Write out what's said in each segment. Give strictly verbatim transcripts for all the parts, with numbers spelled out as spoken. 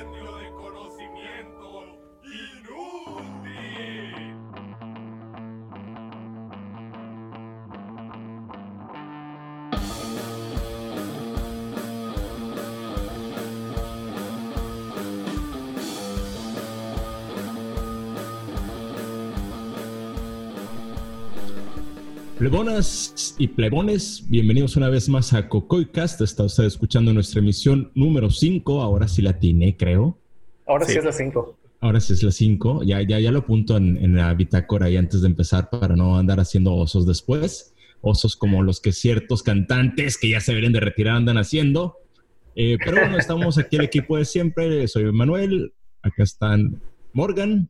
incendio de conocimiento inútil. Plebonas y plebones, bienvenidos una vez más a Cocoicast. Está usted escuchando nuestra emisión número cinco. Ahora sí la atiné, creo. Ahora sí, sí es la cinco. Ahora sí es la cinco. Ya, ya, ya lo apunto en, en la bitácora ahí antes de empezar para no andar haciendo osos después. Osos como los que ciertos cantantes que ya se deberían de retirar andan haciendo. Eh, pero bueno, estamos aquí el equipo de siempre. Soy Manuel. Acá están Morgan.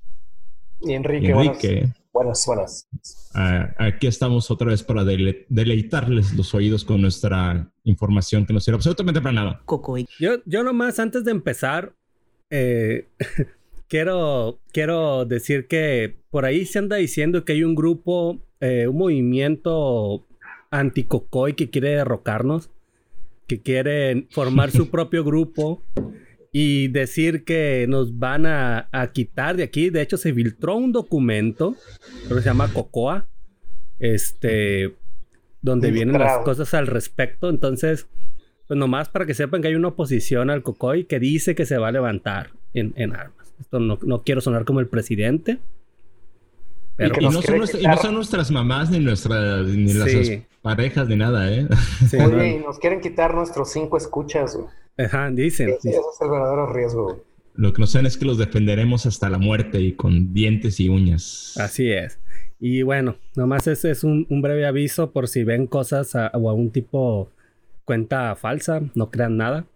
Y Enrique. Y Enrique. Buenas. Buenas, buenas. Uh, aquí estamos otra vez para dele- deleitarles los oídos con nuestra información que no sirve absolutamente para nada. Cocoy. Yo, yo nomás antes de empezar, eh, quiero, quiero decir que por ahí se anda diciendo que hay un grupo, eh, un movimiento anti-Cocoy que quiere derrocarnos, que quiere formar su propio grupo y decir que nos van a, a quitar de aquí. De hecho, se filtró un documento, creo que se llama Cocoa, este, donde vienen las cosas al respecto. Entonces, pues nomás para que sepan que hay una oposición al Cocoy que dice que se va a levantar en, en armas. Esto no, no quiero sonar como el presidente. Pero... Y, y, no son nuestra, y no son nuestras mamás, ni nuestras ni sí. las parejas, ni nada, ¿eh? Sí, oye, y nos quieren quitar nuestros cinco escuchas, güey. Ajá, dicen. Ese, ese es el verdadero riesgo. Lo que nos saben es que los defenderemos hasta la muerte y con dientes y uñas. Así es. Y bueno, nomás ese es un, un breve aviso por si ven cosas a, o a un tipo cuenta falsa, no crean nada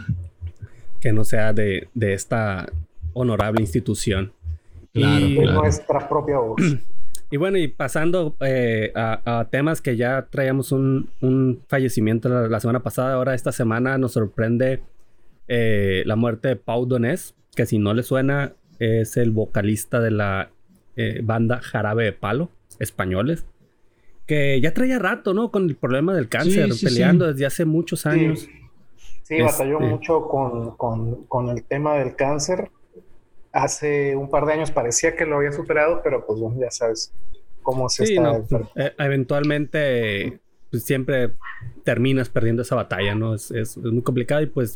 que no sea de, de esta honorable institución. Claro, y claro. nuestra propia voz. Y bueno, y pasando eh, a, a temas que ya traíamos un, un fallecimiento la, la semana pasada. Ahora esta semana nos sorprende eh, la muerte de Pau Donés, que si no le suena es el vocalista de la eh, banda Jarabe de Palo, españoles, que ya traía rato, ¿no? Con el problema del cáncer, sí, sí, peleando sí. desde hace muchos años. Sí, sí este... batalló mucho con, con, con el tema del cáncer. Hace un par de años parecía que lo había superado, pero pues bueno, ya sabes cómo se sí, está... No, eh, eventualmente pues, siempre terminas perdiendo esa batalla, ¿no? Es, es, es muy complicado y pues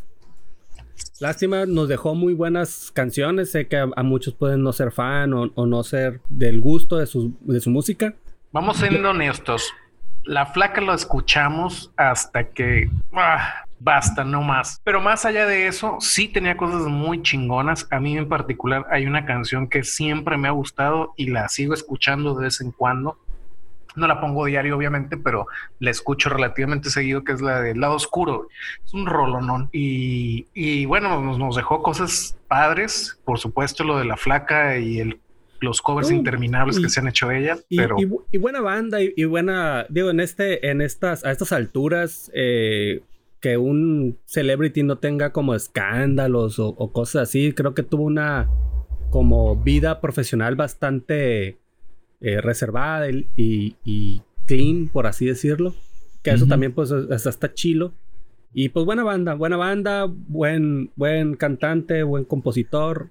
lástima, nos dejó muy buenas canciones. Sé que a, a muchos pueden no ser fan o, o no ser del gusto de su, de su música. Vamos siendo honestos. La Flaca lo escuchamos hasta que... Ah, basta, no más. Pero más allá de eso, sí tenía cosas muy chingonas. A mí en particular hay una canción que siempre me ha gustado y la sigo escuchando de vez en cuando. No la pongo diario, obviamente, pero la escucho relativamente seguido, que es la de Lado Oscuro. Es un rolonón. Y, y bueno, nos, nos dejó cosas padres. Por supuesto, lo de La Flaca y el los covers uh, interminables y, que se han hecho ella, y, pero... Y, y buena banda, y, y buena... Digo, en este, en estas, a estas alturas, eh, que un celebrity no tenga como escándalos o, o cosas así, creo que tuvo una como vida profesional bastante eh, reservada y, y, y clean, por así decirlo. Que uh-huh. eso también, pues, hasta está chilo. Y pues buena banda, buena banda, buen, buen cantante, buen compositor,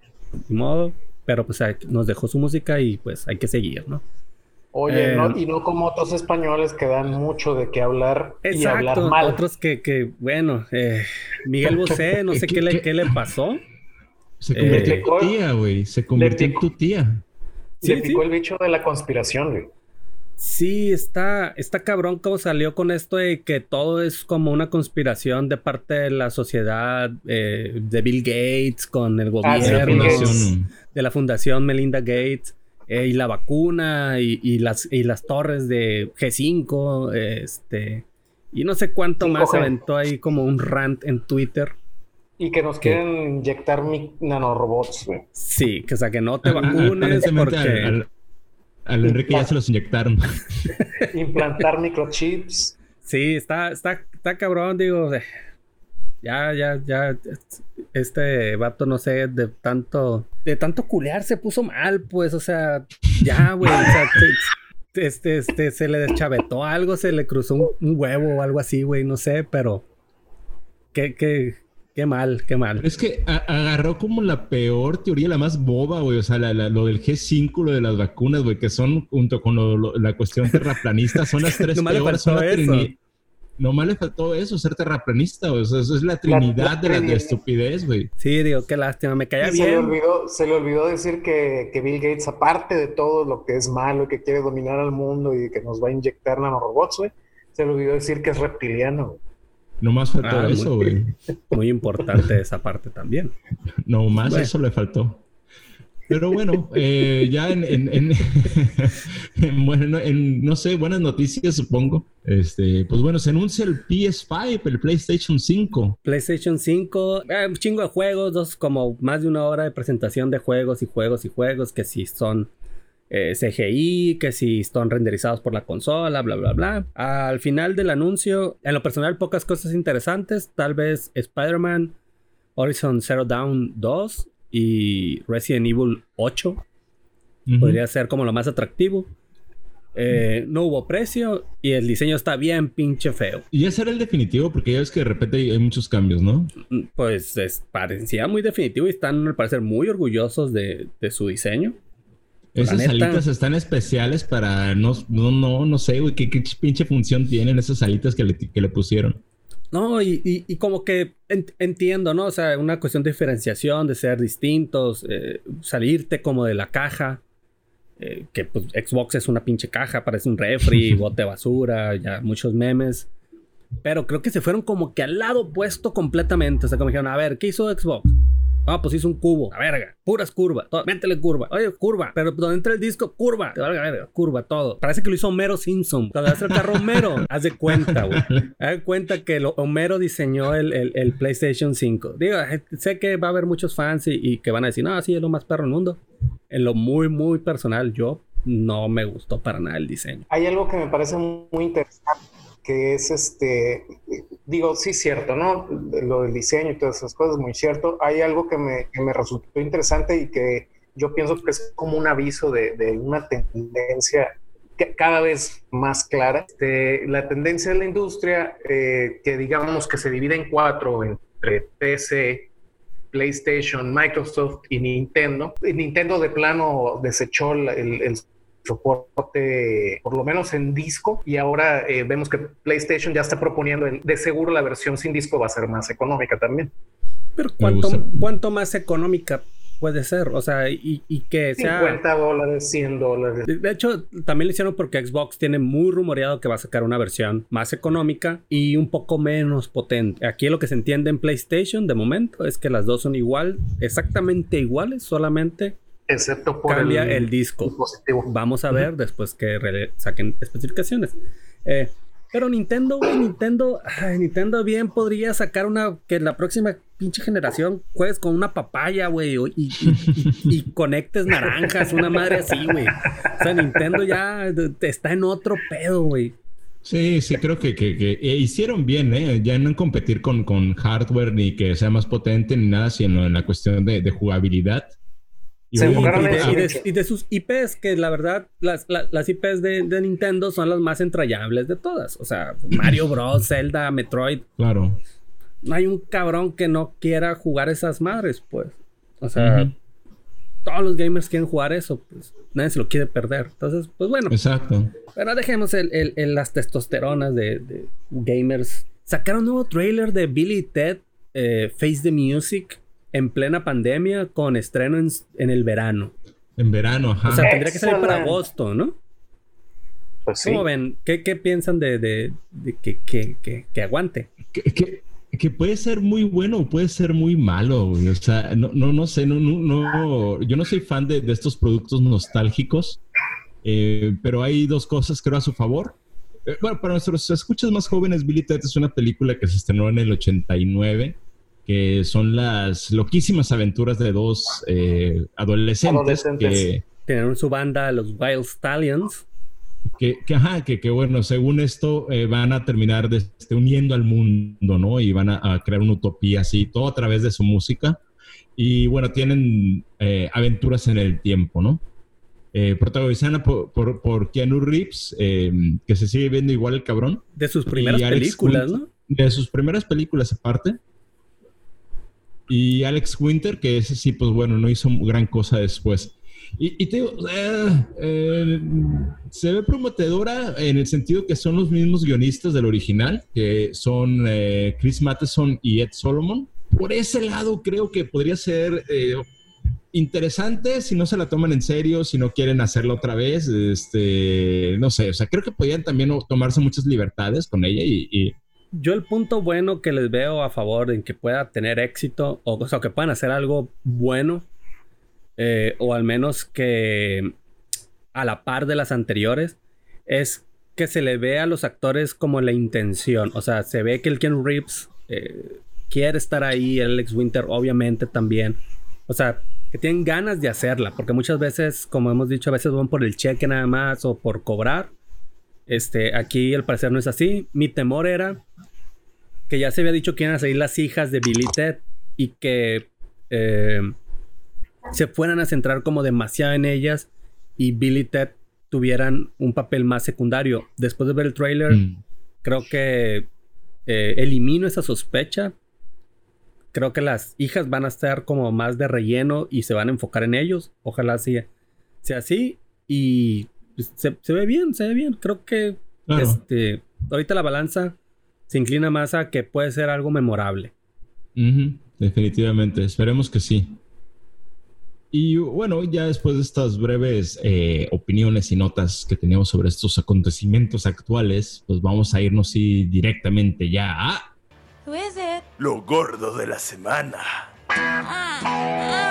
de modo... Pero pues nos dejó su música y pues hay que seguir, ¿no? Oye, eh, no, y no como otros españoles que dan mucho de qué hablar exacto, y hablar mal. Otros que, que bueno, eh, Miguel Bosé, no sé qué, le, qué le pasó. Se convirtió eh, en tu tía, güey. Se convirtió en tu tía. Le picó sí? el bicho de la conspiración, güey. Sí, está, está cabrón cómo salió con esto de que todo es como una conspiración de parte de la sociedad, eh, de Bill Gates con el gobierno, ah, de la fundación Melinda Gates, eh, y la vacuna y, y, las, y las torres de G cinco, este, y no sé cuánto cinco G. Más aventó ahí como un rant en Twitter. Y que nos quieren ¿Qué? inyectar mi nanorobots, güey. Sí, que o sea, que no te vacunes porque... Al, al... Al Enrique ya se los inyectaron. Implantar microchips. Sí, está, está, está cabrón, digo. Ya, ya, ya. Este vato, no sé, de tanto. De tanto culear se puso mal, pues. O sea, ya, güey. O sea, te, este, este, se le deschavetó algo, se le cruzó un, un huevo o algo así, güey. No sé, pero. ¿Qué, qué, Qué mal, qué mal. Pero es que a- agarró como la peor teoría, la más boba, güey. O sea, la, la- lo del G cinco, lo de las vacunas, güey, que son, junto con lo- lo- la cuestión terraplanista, son las tres Nomás le peores. faltó Son la eso. trini- Nomás le faltó eso, ser terraplanista, güey. O sea, eso es la trinidad de la, de la estupidez, güey. Sí, digo, qué lástima, me caía Y se le bien. olvidó, se le olvidó decir que, que Bill Gates, aparte de todo lo que es malo y que quiere dominar al mundo y que nos va a inyectar nanorobots, güey, se le olvidó decir que es reptiliano, güey. Nomás faltó Ah, muy- eso, güey. Muy importante esa parte también. Nomás Bueno. eso le faltó. Pero bueno, eh, ya en, en, en, en, bueno, en, no sé, buenas noticias, supongo. Este, pues bueno, se anuncia el P S cinco, el PlayStation cinco. PlayStation cinco, eh, un chingo de juegos, dos, como más de una hora de presentación de juegos y juegos y juegos, que si son eh, C G I, que si están renderizados por la consola, bla, bla, bla. Al final del anuncio, en lo personal, pocas cosas interesantes. Tal vez Spider-Man, Horizon Zero Dawn dos y Resident Evil ocho. Ujú. Podría ser como lo más atractivo. Eh, no hubo precio y el diseño está bien pinche feo. Y ese era el definitivo, porque ya ves que de repente hay, hay muchos cambios, ¿no? Pues es, parecía muy definitivo y están al parecer muy orgullosos de, de su diseño. Esas neta. alitas están especiales para, no, no, no, no sé, güey, qué, qué pinche función tienen esas alitas que le, que le pusieron. No, y, y, y como que en- entiendo, ¿no? O sea, una cuestión de diferenciación, de ser distintos, eh, salirte como de la caja. Eh, que pues Xbox es una pinche caja, parece un refri, bote de basura, ya muchos memes. Pero creo que se fueron como que al lado opuesto completamente. O sea, como dijeron, a ver, ¿qué hizo Xbox? Ah, pues hizo un cubo, la verga, puras curvas, todo, métele curva, oye, curva, pero donde entra el disco, curva, te valga verga, curva, todo. Parece que lo hizo Homero Simpson. Cuando hace el carro Homero, haz de cuenta, güey. Haz de cuenta que lo, Homero diseñó el, el, el PlayStation cinco. Digo, sé que va a haber muchos fans y, y que van a decir, no, sí, es lo más perro del mundo. En lo muy, muy personal, yo no me gustó para nada el diseño. Hay algo que me parece muy interesante, que es este, digo, sí, cierto, ¿no? Lo del diseño y todas esas cosas, muy cierto. Hay algo que me, que me resultó interesante y que yo pienso que es como un aviso de, de una tendencia que cada vez más clara. Este, la tendencia de la industria, eh, que digamos que se divide en cuatro, entre P C, PlayStation, Microsoft y Nintendo. Y Nintendo de plano desechó el, el, el soporte, por lo menos en disco, y ahora eh, vemos que PlayStation ya está proponiendo, el, de seguro la versión sin disco va a ser más económica también. Pero ¿cuánto, cuánto más económica puede ser? O sea, y, y que sea... cincuenta dólares, cien dólares. De hecho, también lo hicieron porque Xbox tiene muy rumoreado que va a sacar una versión más económica y un poco menos potente. Aquí lo que se entiende en PlayStation de momento es que las dos son igual, exactamente iguales, solamente excepto por cambia el, el disco. dispositivo. Vamos a ver uh-huh. después que re- saquen especificaciones. Eh, pero Nintendo, güey, Nintendo, ay, Nintendo bien podría sacar una que la próxima pinche generación juegues con una papaya, güey, y, y, y, y conectes naranjas, una madre así, güey. O sea, Nintendo ya está en otro pedo, güey. Sí, sí, creo que, que, que hicieron bien, ¿eh? Ya no en competir con, con hardware ni que sea más potente ni nada, sino en la cuestión de, de jugabilidad. Y, sí, y, de, y, de, y de sus I Pes, que la verdad, las, las, las I Pes de, de Nintendo son las más entrañables de todas. O sea, Mario Bros, Zelda, Metroid. Claro. No hay un cabrón que no quiera jugar esas madres, pues. O sea, uh-huh. todos los gamers quieren jugar eso, pues. Nadie se lo quiere perder. Entonces, pues bueno. Exacto. Pero dejemos el, el, el, las testosteronas de, de gamers. Sacaron un nuevo trailer de Billy y Ted, eh, Face the Music, en plena pandemia, con estreno en, en el verano. En verano, ajá. O sea, tendría que salir para agosto, ¿no? Pues sí. ¿Cómo ven? ¿Qué, qué piensan de, de, de que, que, que, que aguante? Que, que, que puede ser muy bueno o puede ser muy malo, güey. O sea, no, no, no sé, no, no, no, yo no soy fan de, de estos productos nostálgicos, eh, pero hay dos cosas, creo, a su favor. Eh, bueno, para nuestros escuchas más jóvenes, Billy Ted es una película que se estrenó en el ochenta y nueve, que son las loquísimas aventuras de dos eh, adolescentes, adolescentes que tienen su banda, los Wild Stallions. Que, que, ajá, que, que bueno, según esto eh, van a terminar de, este, uniendo al mundo, ¿no? Y van a, a crear una utopía así, todo a través de su música. Y bueno, tienen eh, aventuras en el tiempo, ¿no? Eh, protagonizada por, por, por Keanu Reeves, eh, que se sigue viendo igual el cabrón. De sus primeras películas, Kunt, ¿no? De sus primeras películas aparte. y Alex Winter, que ese sí, pues bueno, no hizo gran cosa después. Y, y te digo, eh, eh, se ve prometedora en el sentido que son los mismos guionistas del original, que son eh, Chris Matheson y Ed Solomon. Por ese lado creo que podría ser eh, interesante si no se la toman en serio, si no quieren hacerla otra vez. Este, no sé, o sea, creo que podrían también tomarse muchas libertades con ella y... y yo el punto bueno que les veo a favor en que pueda tener éxito, o, o sea, que puedan hacer algo bueno, eh, o al menos que a la par de las anteriores, es que se le ve a los actores como la intención. O sea, se ve que el Keanu Reeves eh, quiere estar ahí, el Alex Winter obviamente también. O sea, que tienen ganas de hacerla, porque muchas veces, como hemos dicho, a veces van por el cheque nada más o por cobrar. Este, aquí al parecer no es así. Mi temor era que ya se había dicho que iban a salir las hijas de Bill y Ted y que eh, se fueran a centrar como demasiado en ellas y Bill y Ted tuvieran un papel más secundario. Después de ver el tráiler, mm. creo que eh, elimino esa sospecha. Creo que las hijas van a estar como más de relleno y se van a enfocar en ellos. Ojalá sea, sea así y se, se ve bien, se ve bien. Creo que claro. este, ahorita la balanza se inclina más a que puede ser algo memorable. Uh-huh. Definitivamente, esperemos que sí. Y bueno, ya después de estas breves eh, opiniones y notas que teníamos sobre estos acontecimientos actuales, pues vamos a irnos sí, directamente ya a... Who is it? Lo gordo de la semana. Ah, ah.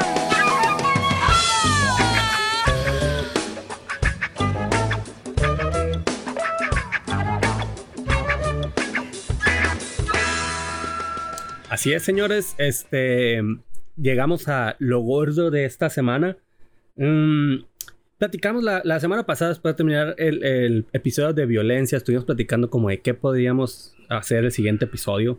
Así es, señores, este... llegamos a lo gordo de esta semana. Um, platicamos la, la semana pasada, después de terminar el, el episodio de violencia, estuvimos platicando como de qué podríamos hacer el siguiente episodio.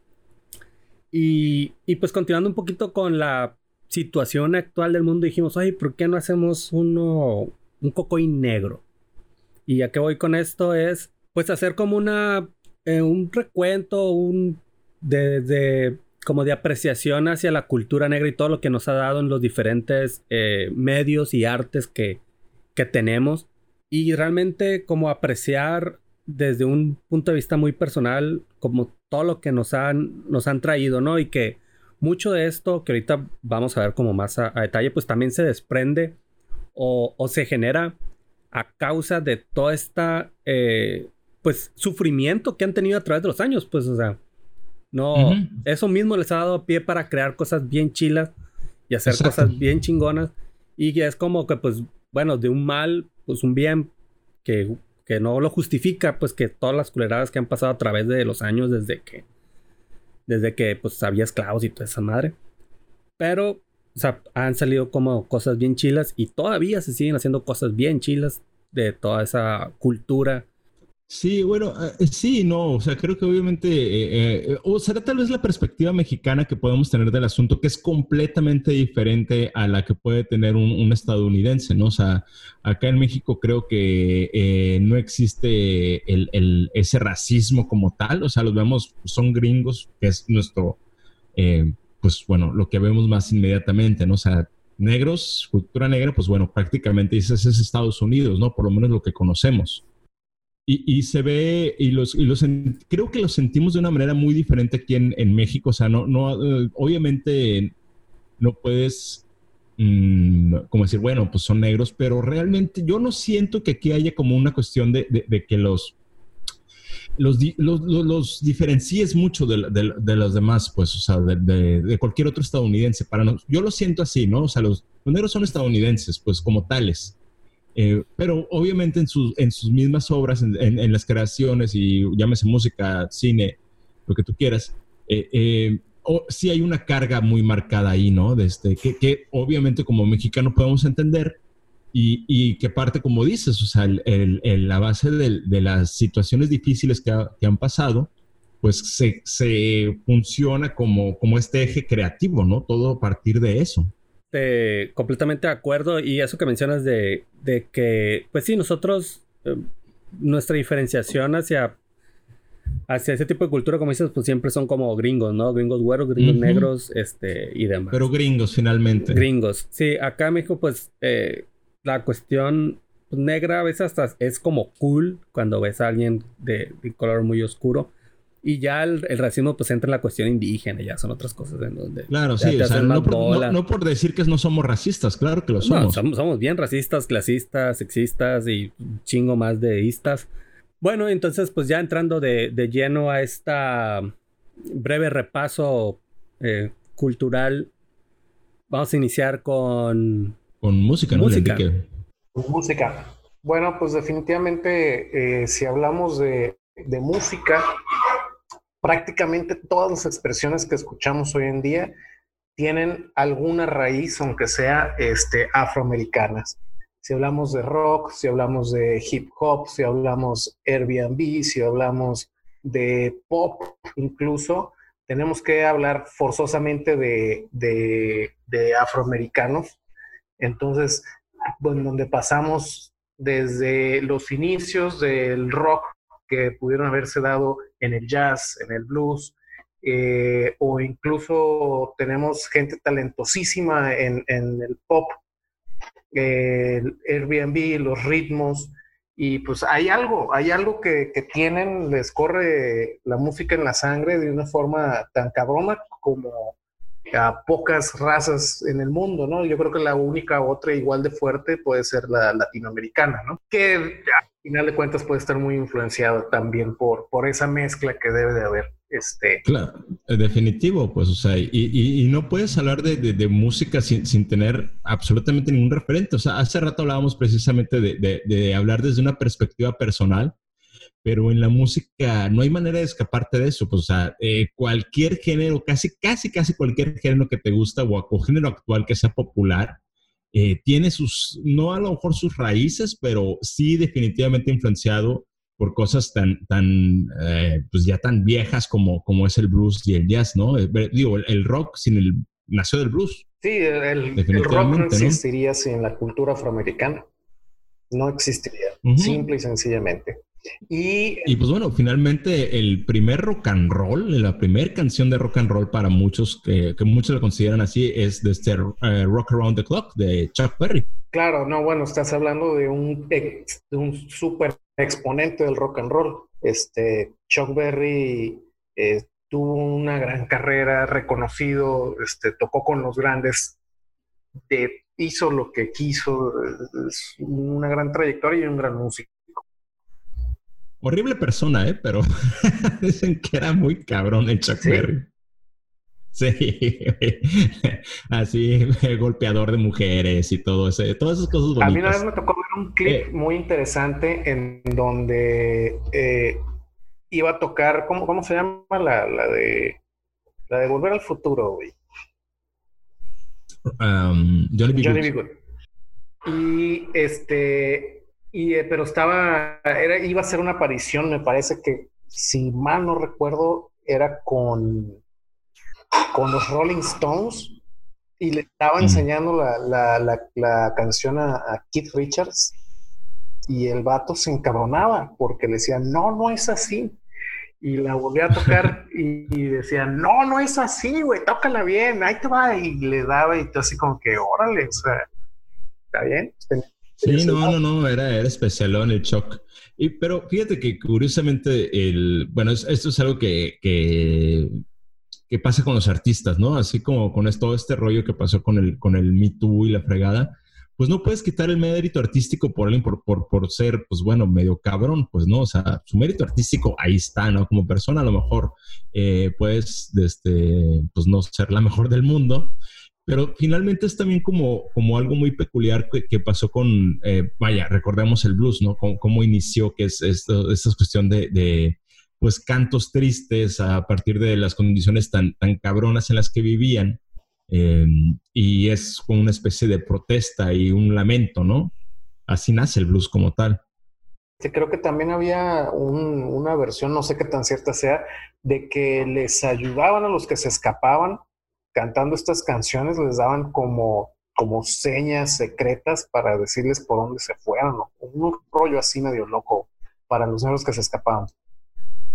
Y, y pues continuando un poquito con la situación actual del mundo, dijimos, ay, ¿por qué no hacemos uno, un Cocoín negro? Y a qué voy con esto es, pues hacer como una, eh, un recuento, un de... de como de apreciación hacia la cultura negra y todo lo que nos ha dado en los diferentes eh, medios y artes que, que tenemos. Y realmente como apreciar desde un punto de vista muy personal como todo lo que nos han, nos han traído, ¿no? Y que mucho de esto que ahorita vamos a ver como más a, a detalle, pues también se desprende o, o se genera a causa de todo esta eh, pues sufrimiento que han tenido a través de los años, pues o sea, no, uh-huh. Eso mismo les ha dado pie para crear cosas bien chilas y hacer Exacto. cosas bien chingonas. Y es como que, pues, bueno, de un mal, pues un bien que, que no lo justifica, pues que todas las culeradas que han pasado a través de los años desde que, desde que, pues, había esclavos y toda esa madre. Pero, o sea, han salido como cosas bien chilas y todavía se siguen haciendo cosas bien chilas de toda esa cultura. Sí, bueno, eh, sí, no, o sea, creo que obviamente, eh, eh, o será tal vez la perspectiva mexicana que podemos tener del asunto, que es completamente diferente a la que puede tener un, un estadounidense, ¿no? O sea, acá en México creo que eh, no existe el, el, ese racismo como tal, o sea, los vemos, son gringos, que es nuestro, eh, pues bueno, lo que vemos más inmediatamente, ¿no? O sea, negros, cultura negra, pues bueno, prácticamente ese es Estados Unidos, ¿no? Por lo menos lo que conocemos. Y, y se ve, y los, y los creo que lo sentimos de una manera muy diferente aquí en, en México. O sea, no, no, uh, obviamente no puedes, um, como decir, bueno, pues son negros, pero realmente yo no siento que aquí haya como una cuestión de, de, de que los, los, los, los, los diferencies mucho de, de, de los demás, pues, o sea, de, de, de cualquier otro estadounidense. Para no, yo lo siento así, ¿no? O sea, los, los negros son estadounidenses, pues, como tales. Eh, pero obviamente en sus, en sus mismas obras, en, en, en las creaciones y llámese música, cine, lo que tú quieras, eh, eh, oh, sí hay una carga muy marcada ahí, ¿no? De este, que, que obviamente como mexicano podemos entender y, y que parte, como dices, o sea, el, el, el, la base de, de las situaciones difíciles que, ha, que han pasado, pues se, se funciona como, como este eje creativo, ¿no? Todo a partir de eso. Eh, completamente de acuerdo, y eso que mencionas de, de que, pues sí, nosotros, eh, nuestra diferenciación hacia hacia ese tipo de cultura, como dices, pues siempre son como gringos, ¿no? Gringos güeros, gringos Ujú. negros, este, y demás. Pero gringos, finalmente. Gringos. Sí, acá en México, pues, eh, la cuestión pues, negra a veces hasta es como cool cuando ves a alguien de, de color muy oscuro. Y ya el, el racismo pues entra en la cuestión indígena, ya son otras cosas en donde Claro, ya sí, te o sea, hacen más no por, bola. no- no por decir que no somos racistas, claro que lo No, somos. somos, somos bien racistas, clasistas, sexistas y un chingo más de istas. Bueno, entonces pues ya entrando de, de lleno a esta breve repaso eh, cultural, vamos a iniciar con Con música, ¿no, música. Enrique? Música. Bueno, pues definitivamente, eh, si hablamos de, de música, prácticamente todas las expresiones que escuchamos hoy en día tienen alguna raíz, aunque sea este, afroamericanas. Si hablamos de rock, si hablamos de hip hop, si hablamos Airbnb, si hablamos de pop, incluso, tenemos que hablar forzosamente de, de, de afroamericanos. Entonces, bueno, donde pasamos desde los inicios del rock que pudieron haberse dado en el jazz, en el blues, eh, o incluso tenemos gente talentosísima en, en el pop, eh, el Airbnb, los ritmos, y pues hay algo, hay algo que, que tienen, les corre la música en la sangre de una forma tan cabrona como a pocas razas en el mundo, ¿no? Yo creo que la única otra igual de fuerte puede ser la latinoamericana, ¿no? Que al final de cuentas puede estar muy influenciada también por, por esa mezcla que debe de haber. Este... Claro, eh, definitivo, pues, o sea, y, y, y no puedes hablar de, de, de música sin, sin tener absolutamente ningún referente. O sea, hace rato hablábamos precisamente de, de, de hablar desde una perspectiva personal, pero en la música no hay manera de escaparte de eso. Pues, o sea, eh, cualquier género, casi, casi, casi cualquier género que te gusta o, o género actual que sea popular, eh, tiene sus, no a lo mejor sus raíces, pero sí definitivamente influenciado por cosas tan, tan eh, pues ya tan viejas como, como es el blues y el jazz, ¿no? Eh, digo, el, el rock sin el, nació del blues. Sí, el, el rock no existiría, ¿no?, sin la cultura afroamericana. No existiría, uh-huh. Simple y sencillamente. Y, y pues bueno, finalmente el primer rock and roll, la primera canción de rock and roll para muchos, que, que muchos lo consideran así, es de este uh, Rock Around the Clock de Chuck Berry. Claro, no, bueno, estás hablando de un, de un súper exponente del rock and roll. Este, Chuck Berry eh, tuvo una gran carrera, reconocido, este, tocó con los grandes, de, hizo lo que quiso, es una gran trayectoria y un gran músico. Horrible persona, ¿eh? Pero dicen que era muy cabrón el Chuck ¿Sí? Berry. Sí, así, golpeador de mujeres y todo eso, todas esas cosas bonitas. A mí una vez me tocó ver un clip eh, muy interesante en donde eh, iba a tocar, ¿cómo, cómo se llama? La, la de la de Volver al Futuro, güey. Um, Johnny B. Johnny Good. B. Good. Y este... Y, eh, pero estaba, era, iba a ser una aparición, me parece que, si mal no recuerdo, era con, con los Rolling Stones y le estaba mm. enseñando la, la, la, la canción a, a Keith Richards y el vato se encabronaba porque le decía, no, no es así. Y la volvía a tocar y, y decía, no, no es así, güey, tócala bien, ahí te va. Y le daba y tú así como que, órale, o sea, ¿está bien? Sí, no, no, no, era, era especialón el Chuck. Y, pero fíjate que curiosamente, el, bueno, esto es algo que, que, que pasa con los artistas, ¿no? Así como con esto, todo este rollo que pasó con el, con el Me Too y la fregada, pues no puedes quitar el mérito artístico por alguien por, por, por ser, pues bueno, medio cabrón, pues no, o sea, su mérito artístico ahí está, ¿no? Como persona a lo mejor eh, puedes, este, pues no ser la mejor del mundo. Pero finalmente es también como, como algo muy peculiar que, que pasó con, eh, vaya, recordemos el blues, ¿no? Cómo, cómo inició, que es esto, esta cuestión de, de, pues, cantos tristes a partir de las condiciones tan, tan cabronas en las que vivían. Eh, y es como una especie de protesta y un lamento, ¿no? Así nace el blues como tal. Creo que también había un, una versión, no sé qué tan cierta sea, de que les ayudaban a los que se escapaban cantando estas canciones, les daban como, como señas secretas para decirles por dónde se fueran, ¿no? Un rollo así medio loco para los negros que se escapaban.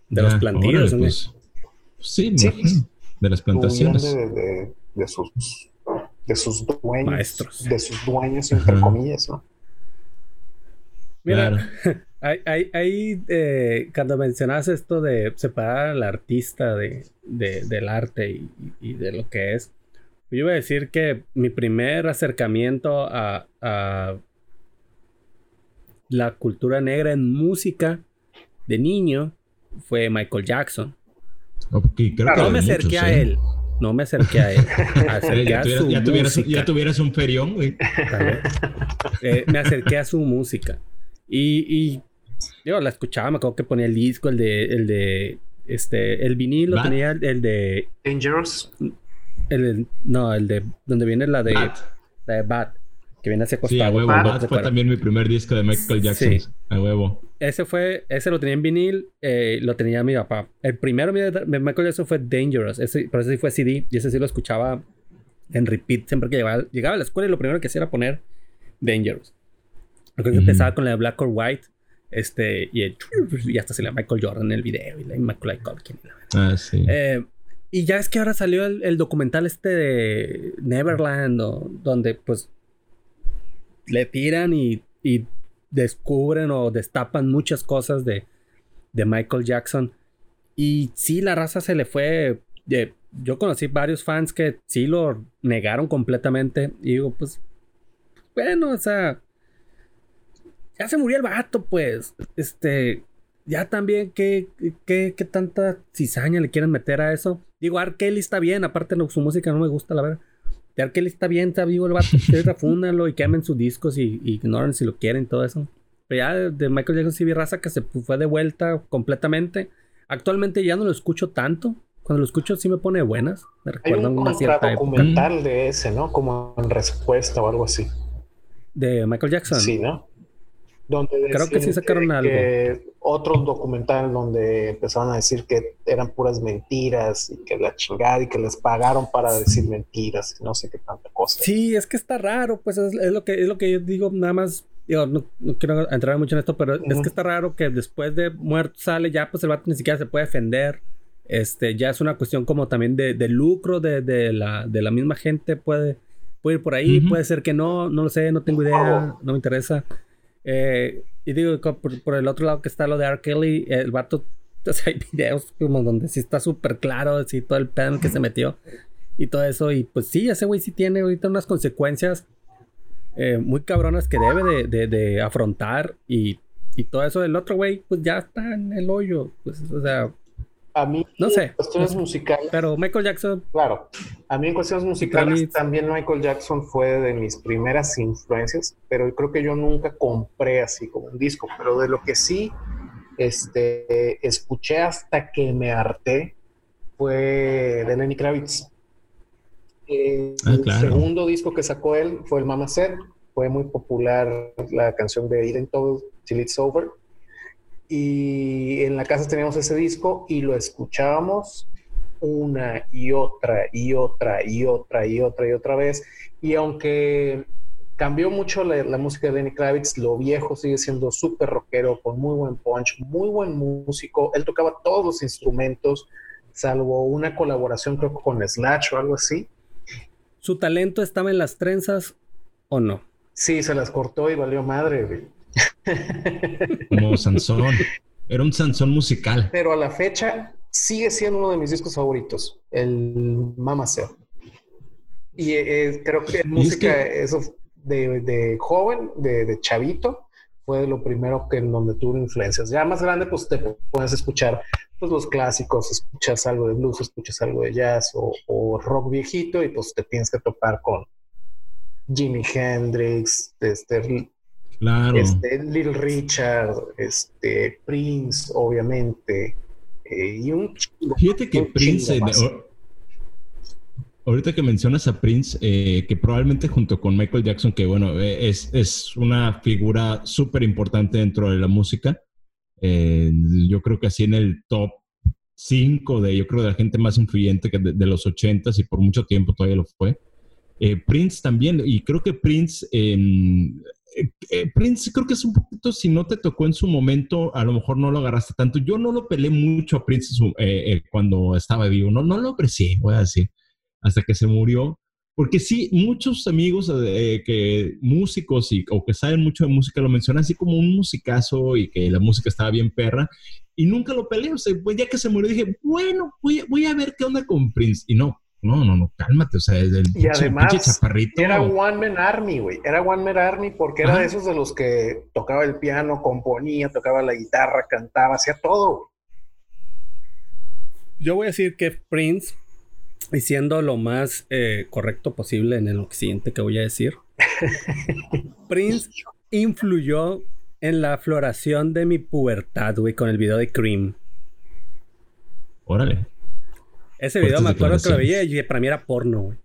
De Ya, los plantíos, órale, ¿no? pues, sí, me Sí, imagino, de las plantaciones. De, de, de sus de sus dueños, Maestros. de sus dueños, entre Ajá. comillas, ¿no? Mira, Claro. ahí, ahí, ahí, eh, cuando mencionas esto de separar al artista de, de- del arte y, y de lo que es, yo iba a decir que mi primer acercamiento a, a la cultura negra en música de niño fue Michael Jackson. Ok, creo que No de me acerqué muchos, a ¿eh? él, no me acerqué a él, me Eh, acerqué ya, a tuvieras, su ya, tuvieras, música. ya tuvieras un ferión, güey. Tal vez. Eh, me acerqué a su música. Y, y yo la escuchaba, me acuerdo que ponía el disco, el de, el de, este, el vinilo Bat. tenía el, el de, Dangerous. el de- no, el de, donde viene la de, Bat. la de Bat, que viene así Sí, a acostado. huevo. con Bat dos Bat de fue cuero. también mi primer disco de Michael Jackson. Sí. A huevo. Ese fue, ese lo tenía en vinil, eh, lo tenía mi papá. El primero mío de de Michael Jackson fue Dangerous, ese, pero ese sí fue C D, y ese sí lo escuchaba en repeat siempre que llegaba, llegaba a la escuela y lo primero que hacía era poner Dangerous. Porque Ujú. empezaba con la de Black or White, este, y, el, y hasta se le Michael Jordan en el video, y la Immaculate Culkin. y la- Ah, sí. Eh, y ya es que ahora salió el, el documental este de Neverland, o- donde pues le tiran y, y descubren o destapan muchas cosas de, de Michael Jackson. Y sí, la raza se le fue. eh, yo conocí varios fans que sí lo negaron completamente. Y digo, pues, bueno, o sea, ya se murió el vato, pues. Este, ya también, ¿qué, qué, qué tanta cizaña le quieren meter a eso? Digo, R. Kelly está bien, aparte no, su música no me gusta, la verdad. De R. Kelly está bien, está vivo el vato, ustedes refúndanlo y quemen sus discos y, y ignoren si lo quieren, todo eso. Pero ya de, de Michael Jackson sí vi raza que se fue de vuelta completamente. Actualmente ya no lo escucho tanto. Cuando lo escucho sí me pone buenas. Me Hay recuerda un una cierta época contradocumental de ese, ¿no? Como en respuesta o algo así. de Michael Jackson. Sí, ¿no? Donde Creo que sí decían sacaron algo. que otro documental donde empezaron a decir que eran puras mentiras y que la chingada y que les pagaron para decir mentiras y no sé qué tanta cosa. Sí, es que está raro, pues es, es lo que es lo que yo digo, nada más, digo, no, no quiero entrar mucho en esto, pero Ujú. es que está raro que después de muerto sale, ya pues el vato ni siquiera se puede defender. Este, ya es una cuestión como también de, de lucro de, de la, de la misma gente, puede, puede ir por ahí, Ujú. puede ser que no, no lo sé, no tengo idea, no me interesa. Eh, y digo, co- por, por el otro lado que está lo de R. Kelly, el vato, o sea, hay videos como donde sí está súper claro, así todo el pedo en el que se metió y todo eso, y pues sí, ese güey sí tiene ahorita unas consecuencias eh, muy cabronas que debe de, de, de afrontar, y, y todo eso. El otro güey, pues ya está en el hoyo, pues, o sea, A mí, no sé, en cuestiones no sé. musicales, Pero Michael Jackson, claro, a mí en cuestiones musicales Para mí- también Michael Jackson fue de mis primeras influencias, pero creo que yo nunca compré así como un disco, pero de lo que sí este, escuché hasta que me harté fue de Lenny Kravitz. Eh, Ah, claro. El segundo disco que sacó él fue el Mama Said, fue muy popular la canción de It Ain't Over Till It's Over. Y en la casa teníamos ese disco y lo escuchábamos una y otra y otra y otra y otra y otra vez. Y aunque cambió mucho la, la música de Lenny Kravitz, lo viejo sigue siendo súper rockero, con muy buen punch, muy buen músico. Él tocaba todos los instrumentos, salvo una colaboración creo que con Slash o algo así. ¿su talento estaba en las trenzas o no? Sí, se las cortó y valió madre, güey. Como Sansón. Era un Sansón musical. Pero a la fecha sigue siendo uno de mis discos favoritos, el Mama Said. Y eh, creo que en Y es música, que- eso de, de joven, de, de chavito, fue lo primero que en donde tuve influencias. Ya más grande, pues te puedes escuchar pues, los clásicos, escuchas algo de blues, escuchas algo de jazz o, o rock viejito y pues te tienes que topar con Jimi Hendrix, este, Claro. este, Little Richard, este, Prince, obviamente, eh, y un chingo, Fíjate que un Prince, chingo eh, más. o- ahorita que mencionas a Prince, eh, que probablemente junto con Michael Jackson, que bueno, eh, es, es una figura súper importante dentro de la música, eh, yo creo que así en el top cinco de, yo creo, de la gente más influyente que de, de los ochentas y por mucho tiempo todavía lo fue. Eh, Prince también, y creo que Prince, eh, eh, eh, Prince creo que es un poquito, si no te tocó en su momento, a lo mejor no lo agarraste tanto. Yo no lo peleé mucho a Prince su, eh, eh, cuando estaba vivo, no, no lo aprecié, voy a decir, hasta que se murió. Porque sí, muchos amigos eh, que músicos y, o que saben mucho de música lo mencionan así como un musicazo y que la música estaba bien perra. Y nunca lo peleé. O sea, pues ya que se murió dije, bueno, voy, voy a ver qué onda con Prince. Y no, no, no, no, cálmate. O sea, el, el Y pinche, además, pinche chaparrito. era One Man Army, güey. Era One Man Army porque era Ajá. de esos de los que tocaba el piano, componía, tocaba la guitarra, cantaba, hacía todo, güey. Yo voy a decir que Prince, y siendo lo más eh, correcto posible en el siguiente que voy a decir, Prince influyó en la floración de mi pubertad, güey, con el video de Cream. Órale. Ese video Fuertes me acuerdo que lo veía declaraciones. y para mí era porno, güey.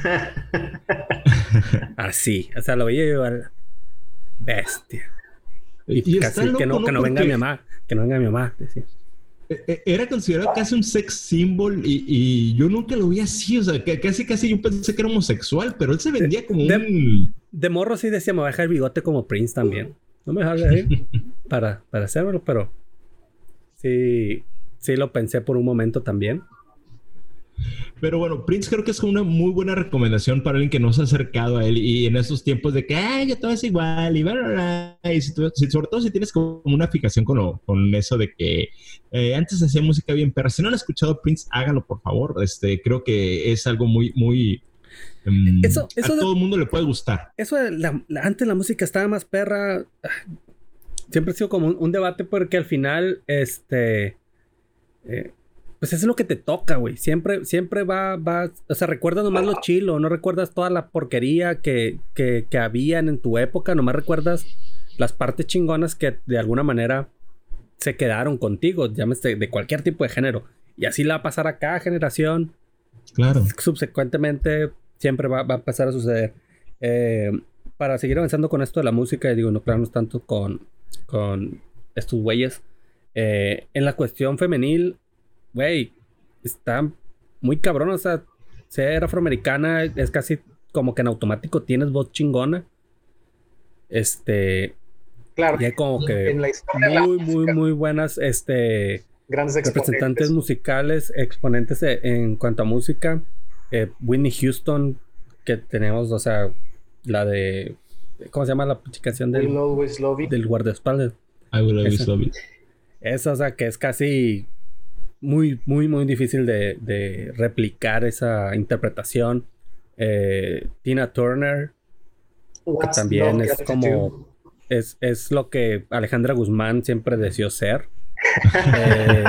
Así, o sea, lo veía yo al bestia. Y, Y casi está que no, loco, que no ¿no? venga mi Porque- mamá, que no venga mi mamá, decía. Eh, Era considerado casi un sex symbol y, y yo nunca lo vi así, o sea, que casi casi yo pensé que era homosexual, pero él se vendía como De- un... De morro sí decía, me voy a dejar el bigote como Prince también. No me dejaba de ahí para, para hacerlo, pero sí, sí lo pensé por un momento también. Pero bueno, Prince creo que es una muy buena recomendación para alguien que no se ha acercado a él y en esos tiempos de que, ay, ya todo es igual y bla, bla, bla. Y si tú- si- sobre todo si tienes como una fijación con, lo, con eso de que eh, antes hacía música bien perra. Si no han escuchado Prince, hágalo por favor. Este, creo que es algo muy, muy... um, Eso- eso a de- todo el mundo le puede gustar. Eso de la, la- antes la música estaba más perra. ah, Siempre ha sido como un, un debate porque al final, este, eh, pues eso es lo que te toca, güey. Siempre, siempre va, va, o sea, recuerdas nomás lo chilo, no recuerdas toda la porquería que, que, que habían en tu época, nomás recuerdas las partes chingonas que de alguna manera se quedaron contigo, llámese de cualquier tipo de género. Y así la va a pasar a cada generación. Claro. Subsecuentemente siempre va, va a pasar a suceder. Eh, para seguir avanzando con esto de la música, y digo, no clavarnos tanto con, con estos güeyes. Eh, en la cuestión femenil, güey, está muy cabrón. O sea, ser afroamericana es casi como que en automático tienes voz chingona. Este, Claro, y hay como que en la historia de la muy, muy, música, muy buenas, este, grandes representantes exponentes. musicales, exponentes e- en cuanto a música. eh, Whitney Houston, que tenemos, o sea, la de, ¿cómo se llama la canción We'll del, always love you. del guardaespaldas? I will always Esa. love you. Esa, o sea, que es casi muy, muy, muy difícil de, de replicar esa interpretación. Eh, Tina Turner, que What's también love es got to como, do? es, es lo que Alejandra Guzmán siempre deseó ser. Eh,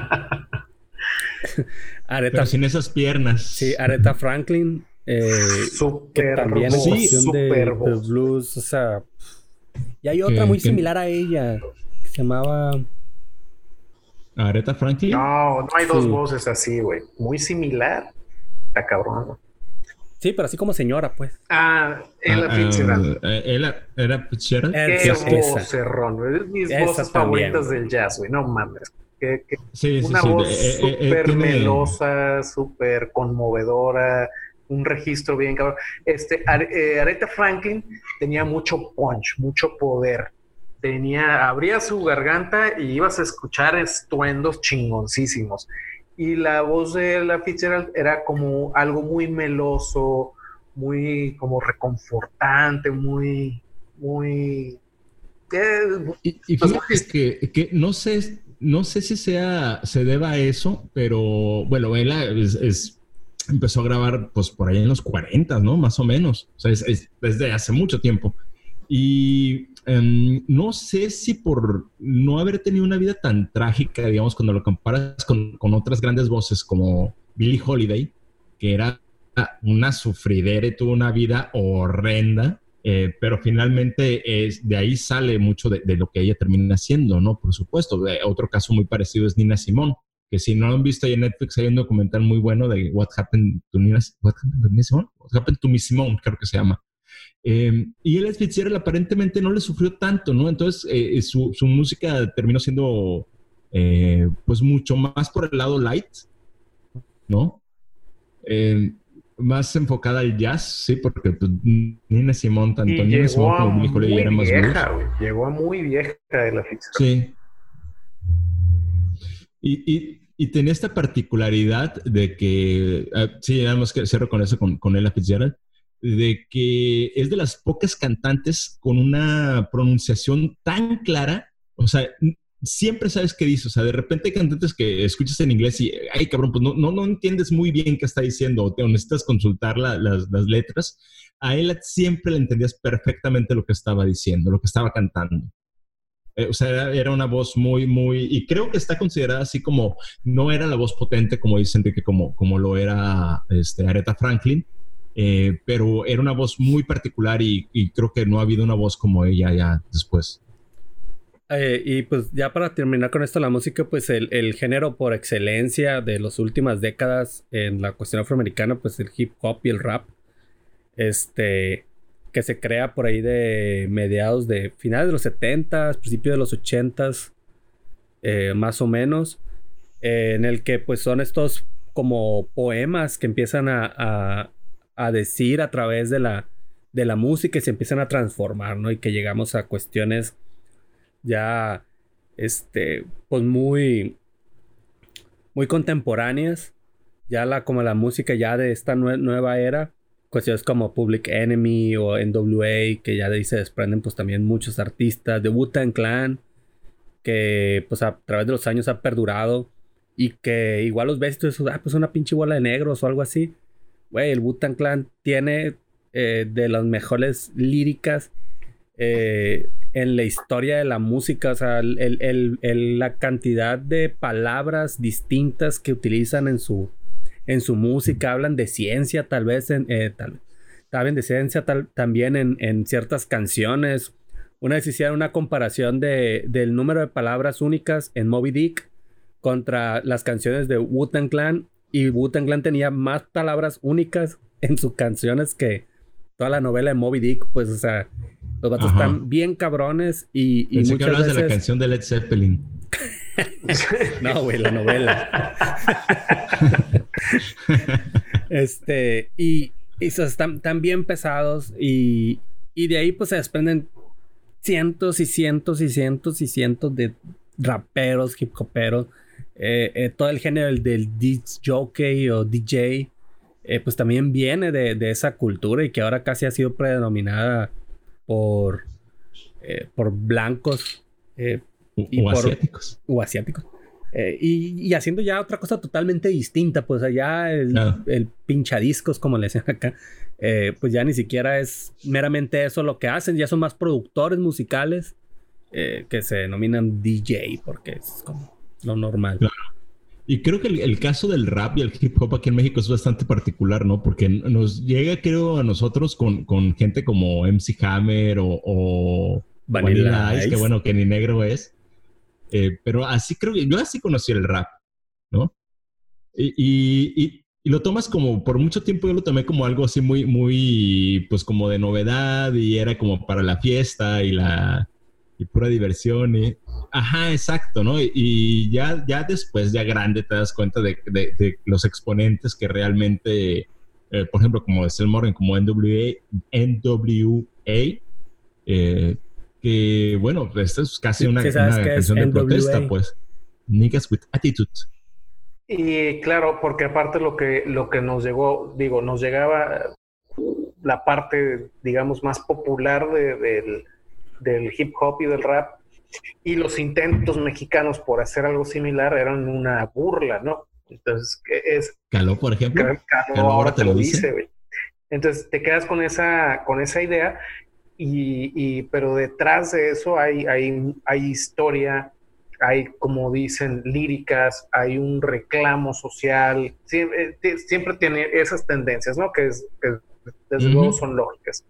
Aretha, Pero sin esas piernas. sí, Aretha Franklin, eh, que Super también voz, es cuestión de, super de voz. blues, o sea, y hay otra Que- muy que- similar a ella, que se llamaba, Aretha Franklin. No, no hay dos Sí. voces así, güey. Muy similar. Está cabrón, güey. sí, pero así como señora, pues. Ah, Ella Ah, Fitzgerald. ah, eh, Ella era Fitzgerald. Eh, Qué esa, esa. vocerrón, güey. Es mis Esa voces también, favoritas güey. del jazz, güey. No mames. Que, que Sí, sí, una sí. voz Eh, eh, eh, súper tiene- melosa, súper conmovedora, un registro bien cabrón. Este, Are- eh, Aretha Franklin tenía mucho punch, mucho poder. Tenía, abría su garganta y ibas a escuchar estruendos chingoncísimos. Y la voz de la Fitzgerald era como algo muy meloso, muy como reconfortante, muy, muy... eh, Y, y Pues, fíjate que, que no sé, no sé si sea, se deba a eso, pero bueno, ella es, es- empezó a grabar pues por ahí en los cuarenta, ¿no? Más o menos. O sea, es, es desde hace mucho tiempo. Y em, no sé si por no haber tenido una vida tan trágica, digamos, cuando lo comparas con, con otras grandes voces como Billie Holiday, que era una sufridera y tuvo una vida horrenda. Eh, pero finalmente es, de ahí sale mucho de, de lo que ella termina haciendo, ¿no? Por supuesto. Eh, otro caso muy parecido es Nina Simone, que si no lo han visto ahí en Netflix hay un documental muy bueno de What Happened to Nina, What Happened to Nina Simone? What Happened to Miss Simone, creo que se llama. Eh, y Ella Fitzgerald aparentemente no le sufrió tanto, ¿no? Entonces eh, su, su música terminó siendo pues mucho más por el lado light, ¿no? Eh, más enfocada al jazz, sí, porque pues, Nina Simone, tanto Y Nina llegó Simone a como Billie Holiday muy eran más blues. vieja, güey. Llegó a muy vieja de la ficción. Sí. Y, y, y tenía esta particularidad de que, uh, sí, nada más que cierro con eso, con, con Ella Fitzgerald, de que es de las pocas cantantes con una pronunciación tan clara, o sea, siempre sabes qué dice, o sea, de repente hay cantantes que escuchas en inglés y, ay, cabrón, pues no, no, no entiendes muy bien qué está diciendo, o, te, o necesitas consultar la, las, las letras. A ella siempre le entendías perfectamente lo que estaba diciendo, lo que estaba cantando. Eh, o sea, era, era una voz muy, muy... Y creo que está considerada así como... No era la voz potente, como dice Enrique, como, como lo era este, Aretha Franklin, eh, pero era una voz muy particular y, y creo que no ha habido una voz como ella ya después. Eh, y pues ya para terminar con esto, la música, pues el, el género por excelencia de las últimas décadas en la cuestión afroamericana, pues el hip hop y el rap, este... que se crea por ahí de mediados de finales de los setentas, principios de los ochentas, eh, más o menos, eh, en el que pues son estos como poemas que empiezan a, a, a decir a través de la, de la música y se empiezan a transformar, ¿no? Y que llegamos a cuestiones ya, este, pues muy, muy contemporáneas, ya la, como la música ya de esta nue- nueva era, cuestiones como Public Enemy o N W A, que ya de ahí se desprenden pues también muchos artistas, de Wu-Tang Clan, que pues a través de los años ha perdurado y que igual los ves y tú dices, ah, pues una pinche bola de negros o algo así. Güey, el Wu-Tang Clan tiene eh, de las mejores líricas eh, en la historia de la música, o sea, el, el, el, la cantidad de palabras distintas que utilizan en su en su música, hablan de ciencia tal vez, en, eh, tal, hablan de ciencia tal, también en, en ciertas canciones. Una vez hicieron una comparación de, del número de palabras únicas en Moby Dick contra las canciones de Wu-Tang Clan, y Wu-Tang Clan tenía más palabras únicas en sus canciones que toda la novela de Moby Dick, pues, o sea, los vatos Ajá. están bien cabrones y, y Pensé muchas que hablabas veces... de la canción de Led Zeppelin. No, güey, la novela. este, y, y so, están, están bien pesados y, y de ahí pues se desprenden cientos y cientos y cientos y cientos de raperos, hip hoperos, eh, eh, todo el género del, del disc jockey o D J, eh, pues también viene de, de esa cultura y que ahora casi ha sido predominada por, eh, por blancos eh, y o por, asiáticos. O asiáticos. Eh, y, y haciendo ya otra cosa totalmente distinta, pues allá el, claro. el pinchadiscos, como le decían acá, eh, pues ya ni siquiera es meramente eso lo que hacen, ya son más productores musicales eh, que se denominan D J, porque es como lo normal. Claro. Y creo que el, el caso del rap y el hip hop aquí en México es bastante particular, ¿no? Porque nos llega, creo, a nosotros con, con gente como M C Hammer o, o Vanilla, Vanilla Ice, Ice, que bueno, que ni negro es. Eh, pero así creo que yo así conocí el rap, ¿no? Y, y, y, y lo tomas como, por mucho tiempo yo lo tomé como algo así muy, muy, pues como de novedad y era como para la fiesta y la y pura diversión y... Ajá, exacto, ¿no? Y, y ya, ya después, ya grande, te das cuenta de, de, de los exponentes que realmente, eh, por ejemplo, como Estelle Morgan, como N W A, N W A, eh, que, bueno, esto es casi una, sí, una canción de N W A. protesta, pues. Niggas with attitude. Y claro, porque aparte lo que, lo que nos llegó, digo, nos llegaba la parte, digamos, más popular de, del, del hip hop y del rap, y los intentos mexicanos por hacer algo similar eran una burla, ¿no? Entonces, es... Caló, por ejemplo. Caló, Caló ahora te lo dice, güey. Entonces, te quedas con esa, con esa idea, y, y, pero detrás de eso hay, hay, hay historia, hay, como dicen, líricas, hay un reclamo social, siempre, siempre tiene esas tendencias, ¿no? Que, es, que desde uh-huh. luego son lógicas.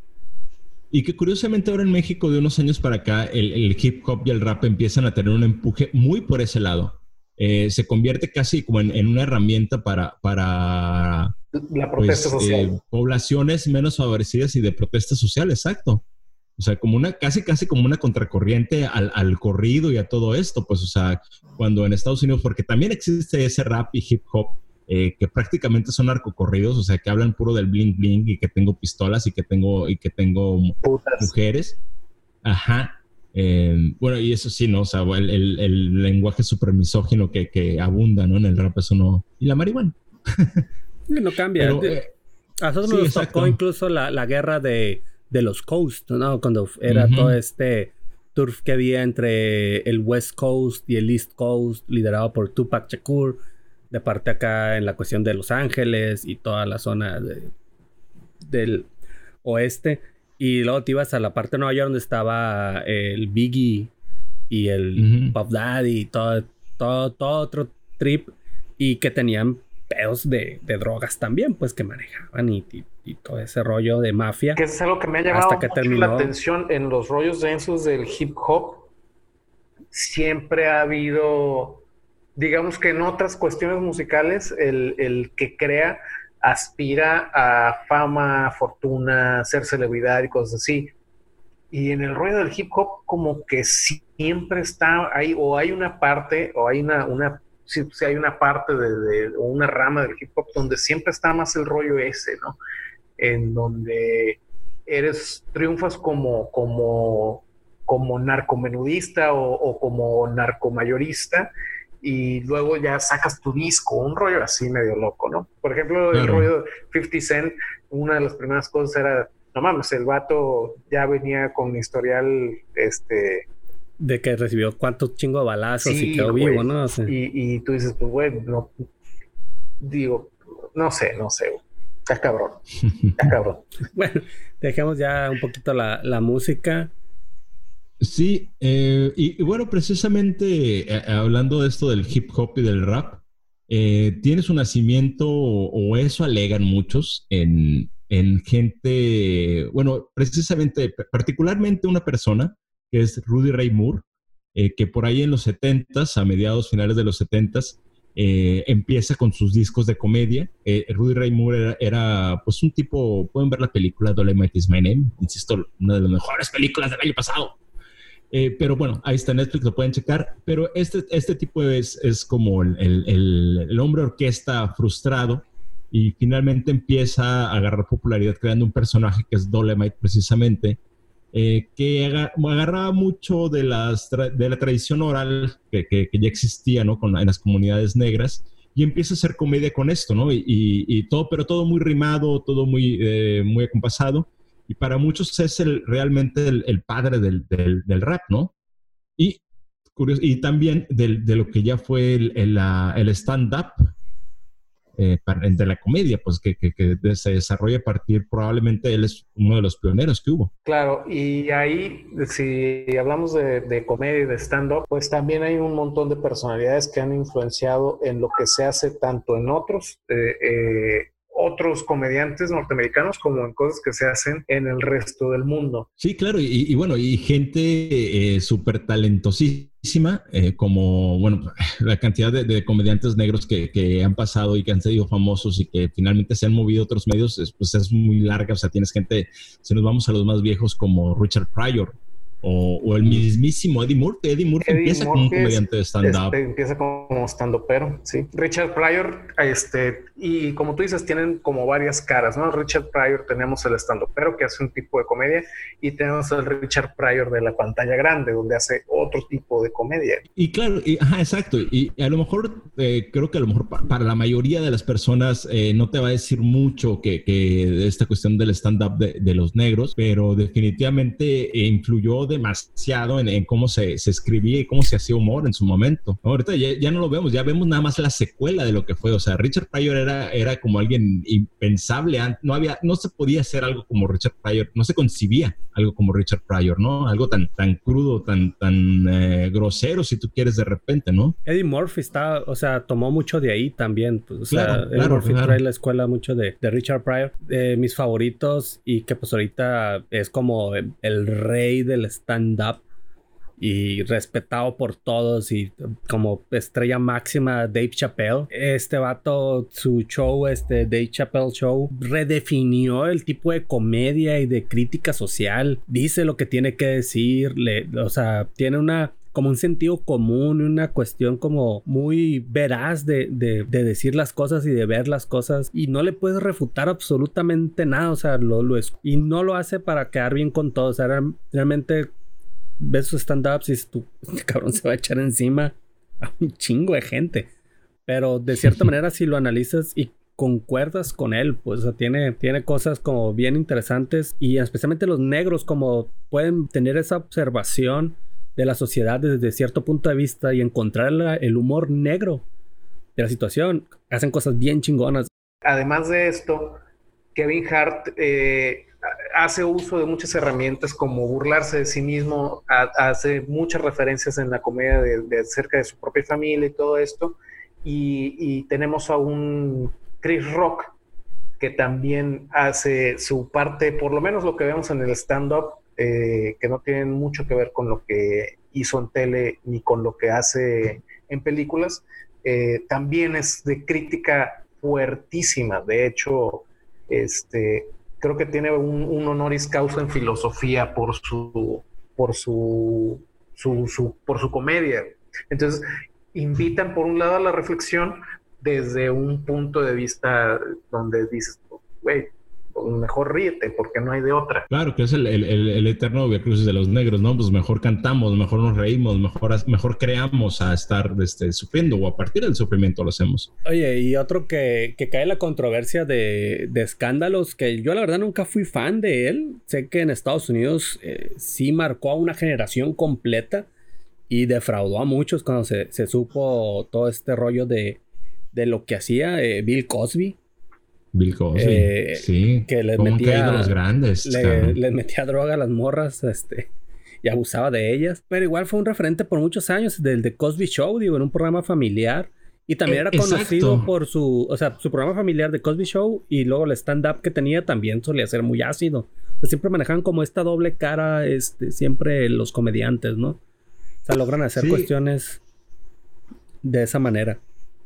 Y que curiosamente ahora en México de unos años para acá el, el hip hop y el rap empiezan a tener un empuje muy por ese lado. Eh, se convierte casi como en, en una herramienta para, para la protesta pues, social. Eh, poblaciones menos favorecidas y de protesta social, exacto. O sea, como una, casi casi como una contracorriente al, al corrido y a todo esto. Pues, o sea, cuando en Estados Unidos, porque también existe ese rap y hip hop eh, que prácticamente son narcocorridos, o sea, que hablan puro del bling bling y que tengo pistolas y que tengo, y que tengo Putas. mujeres. Ajá. Eh, bueno, y eso sí, ¿no? O sea, el, el, el lenguaje súper misógino que, que abunda, ¿no? En el rap, eso no... Y la marihuana. No cambia. Pero, eh, A nosotros sí, nos exacto. tocó incluso la, la guerra de, de los Coast, ¿no? Cuando era Ujú. todo este turf que había entre el West Coast y el East Coast, liderado por Tupac Shakur, de parte acá en la cuestión de Los Ángeles y toda la zona de, del oeste. Y luego te ibas a la parte de Nueva York donde estaba el Biggie y el Ujú. Puff Daddy y todo, todo, todo otro trip, y que tenían pedos de, de drogas también, pues que manejaban y, y, y todo ese rollo de mafia. Que es algo que me ha llamado Hasta que mucho terminó. la atención en los rollos densos del hip hop. Siempre ha habido, digamos que en otras cuestiones musicales, el, el que crea aspira a fama, fortuna, ser celebridad y cosas así. Y en el rollo del hip hop como que siempre está ahí, o hay una parte, o hay una, una sí, sí hay una parte de, de, o una rama del hip hop donde siempre está más el rollo ese, ¿no? En donde eres, triunfas como, como, como narcomenudista o, o como narcomayorista, y luego ya sacas tu disco, un rollo así medio loco, ¿no? Por ejemplo, el Claro. rollo de cincuenta Cent, una de las primeras cosas era, no mames, el vato ya venía con historial, este... De que recibió cuántos chingos de balazos Sí, y quedó güey. vivo, ¿no? O sea, Y, y tú dices, pues, güey, no... Digo, no sé, no sé, güey. Está cabrón, está cabrón. bueno, dejemos ya un poquito la, la música. Sí, eh, y, y bueno, precisamente eh, hablando de esto del hip hop y del rap, eh, tiene su nacimiento, o, o eso alegan muchos, en, en gente, bueno, precisamente, p- particularmente una persona que es Rudy Ray Moore, eh, que por ahí en los setentas, a mediados finales de los setentas, eh, empieza con sus discos de comedia. Eh, Rudy Ray Moore era, era, pues un tipo, pueden ver la película Dolomite is My Name, insisto, una de las mejores películas del año pasado. Eh, pero bueno, ahí está Netflix, lo pueden checar. Pero este, este tipo es, es como el, el, el, el hombre orquesta frustrado, y finalmente empieza a agarrar popularidad creando un personaje que es Dolomite precisamente, eh, que agar, agarraba mucho de, las tra- de la tradición oral que, que, que ya existía, ¿no? Con, en las comunidades negras, y empieza a hacer comedia con esto, ¿no? Y, y, y todo, pero todo muy rimado, todo muy, eh, muy acompasado. Y para muchos es el, realmente el, el padre del, del, del rap, ¿no? Y, curioso, y también del, de lo que ya fue el, el, el stand-up, eh, de la comedia, pues que, que, que se desarrolla a partir, probablemente él es uno de los pioneros que hubo. Claro, y ahí, si hablamos de, de comedia y de stand-up, pues también hay un montón de personalidades que han influenciado en lo que se hace tanto en otros eh, eh, otros comediantes norteamericanos como en cosas que se hacen en el resto del mundo. Sí, claro, y, y bueno, y gente eh, súper talentosísima, eh, como, bueno, la cantidad de, de comediantes negros que, que han pasado y que han sido famosos y que finalmente se han movido a otros medios, es, pues es muy larga. O sea, tienes gente, si nos vamos a los más viejos, como Richard Pryor, o, o el mismísimo Eddie Murphy. Eddie Murphy Eddie empieza Murphy como un comediante de stand-up. Este, empieza como stand-upero, sí. Richard Pryor, este, y como tú dices, tienen como varias caras, ¿no? Richard Pryor, tenemos el stand-upero que hace un tipo de comedia, y tenemos el Richard Pryor de la pantalla grande, donde hace otro tipo de comedia. Y claro, y, ajá, exacto. Y a lo mejor, eh, creo que a lo mejor pa para la mayoría de las personas eh, no te va a decir mucho que, que de esta cuestión del stand-up de, de los negros, pero definitivamente eh, influyó demasiado en, en cómo se, se escribía y cómo se hacía humor en su momento. Ahorita ya, ya no lo vemos, ya vemos nada más la secuela de lo que fue. O sea, Richard Pryor era, era como alguien impensable. No había, no se podía hacer algo como Richard Pryor, no se concibía algo como Richard Pryor, ¿no? Algo tan, tan crudo, tan, tan eh, grosero, si tú quieres, de repente, ¿no? Eddie Murphy está, o sea, tomó mucho de ahí también. Pues, o sea, Claro, Eddie claro, Murphy claro. trae la escuela mucho de, de Richard Pryor. Eh, mis favoritos, y que pues ahorita es como el, el rey del stand-up y respetado por todos, y como estrella máxima, Dave Chappelle. Este vato, su show, este Dave Chappelle Show, redefinió el tipo de comedia y de crítica social. Dice lo que tiene que decir, le, o sea, tiene una como un sentido común, una cuestión como muy veraz de, de, de decir las cosas y de ver las cosas, y no le puedes refutar absolutamente nada, o sea, lo, lo es, y no lo hace para quedar bien con todos, o sea, real, realmente ves sus stand-ups y dices tú, este cabrón se va a echar encima a un chingo de gente, pero de cierta manera si lo analizas y concuerdas con él, pues o sea, tiene, tiene cosas como bien interesantes, y especialmente los negros como pueden tener esa observación de la sociedad desde cierto punto de vista y encontrar la, el humor negro de la situación, hacen cosas bien chingonas. Además de esto, Kevin Hart eh, hace uso de muchas herramientas como burlarse de sí mismo, a, hace muchas referencias en la comedia de, de acerca de su propia familia y todo esto, y, y tenemos a un Chris Rock que también hace su parte, por lo menos lo que vemos en el stand-up, eh, que no tienen mucho que ver con lo que hizo en tele ni con lo que hace en películas, eh, también es de crítica fuertísima. De hecho, este, creo que tiene un, un honoris causa en filosofía por su, por su, su, su, por su comedia. Entonces, invitan por un lado a la reflexión desde un punto de vista donde dices, güey, mejor ríete porque no hay de otra. Claro, que es el, el, el, el eterno viacrucis de los negros, ¿no? Pues mejor cantamos, mejor nos reímos, mejor, mejor creamos a estar este, sufriendo, o a partir del sufrimiento lo hacemos. Oye, y otro que, que cae en la controversia de, de escándalos, que yo la verdad nunca fui fan de él. Sé que en Estados Unidos eh, sí marcó a una generación completa y defraudó a muchos cuando se, se supo todo este rollo de, de lo que hacía eh, Bill Cosby. Bill Cosby, eh, sí. Que les ¿Cómo metía, han caído los grandes? Le, les metía droga a las morras, este, y abusaba de ellas. Pero igual fue un referente por muchos años del The Cosby Show, digo, en un programa familiar. Y también era Exacto. conocido por su, o sea, su programa familiar de Cosby Show, y luego el stand-up que tenía también solía ser muy ácido. O sea, siempre manejaban como esta doble cara, este, siempre los comediantes, ¿no? O sea, logran hacer sí. cuestiones de esa manera.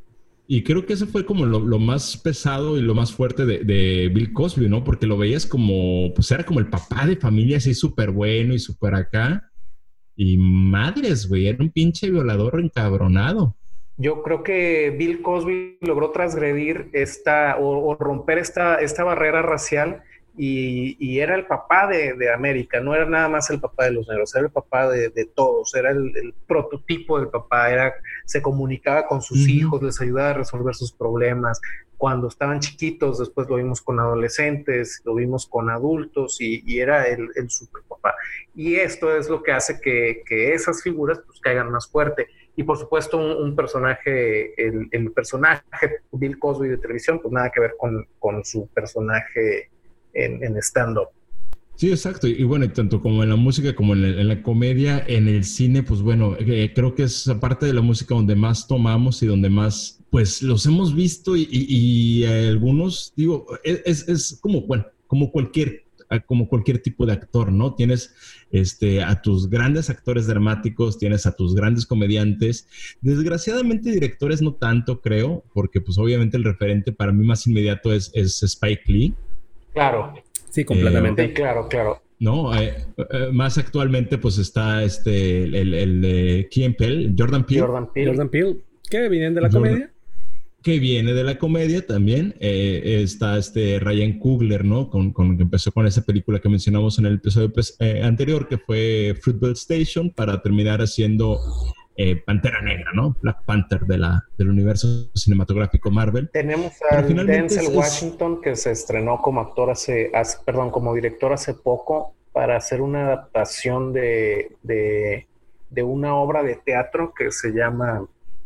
Y creo que eso fue como lo, lo más pesado y lo más fuerte de, de Bill Cosby, ¿no? Porque lo veías como, pues era como el papá de familia, así súper bueno y súper acá. Y madres, güey, era un pinche violador encabronado. Yo creo que Bill Cosby logró transgredir esta, o, o romper esta, esta barrera racial, y, y era el papá de, de América, no era nada más el papá de los negros, era el papá de, de todos, era el, el prototipo del papá, era, se comunicaba con sus uh-huh. hijos, les ayudaba a resolver sus problemas. Cuando estaban chiquitos, después lo vimos con adolescentes, lo vimos con adultos, y, y era el, el super papá. Y esto es lo que hace que, que esas figuras pues caigan más fuerte. Y por supuesto un, un personaje, el, el personaje Bill Cosby de televisión, pues nada que ver con, con su personaje en, en stand-up. Sí, exacto. Y, y bueno, y tanto como en la música como en, el, en la comedia, en el cine, pues bueno, eh, creo que es parte de la música donde más tomamos y donde más, pues los hemos visto, y, y, y algunos, digo, es, es como, bueno, como cualquier como cualquier tipo de actor, ¿no? Tienes este, a tus grandes actores dramáticos, tienes a tus grandes comediantes. Desgraciadamente directores no tanto, creo, porque pues obviamente el referente para mí más inmediato es, es Spike Lee. Claro. Sí, completamente. Eh, sí, claro, claro. No, eh, eh, más actualmente pues está este, el, el, el de Key and Peele, Jordan Peele. Jordan Peele. Jordan Peele, que vienen de la Jordan, comedia. Que viene de la comedia también. Eh, está este Ryan Coogler, ¿no? Con, con que empezó con esa película que mencionamos en el episodio eh, anterior, que fue Fruitvale Station, para terminar haciendo eh, Pantera Negra, ¿no? Black Panther de la, del universo cinematográfico Marvel. Tenemos a Denzel es, Washington, es... que se estrenó como actor hace, hace, perdón, como director hace poco, para hacer una adaptación de, de, de una obra de teatro que se llama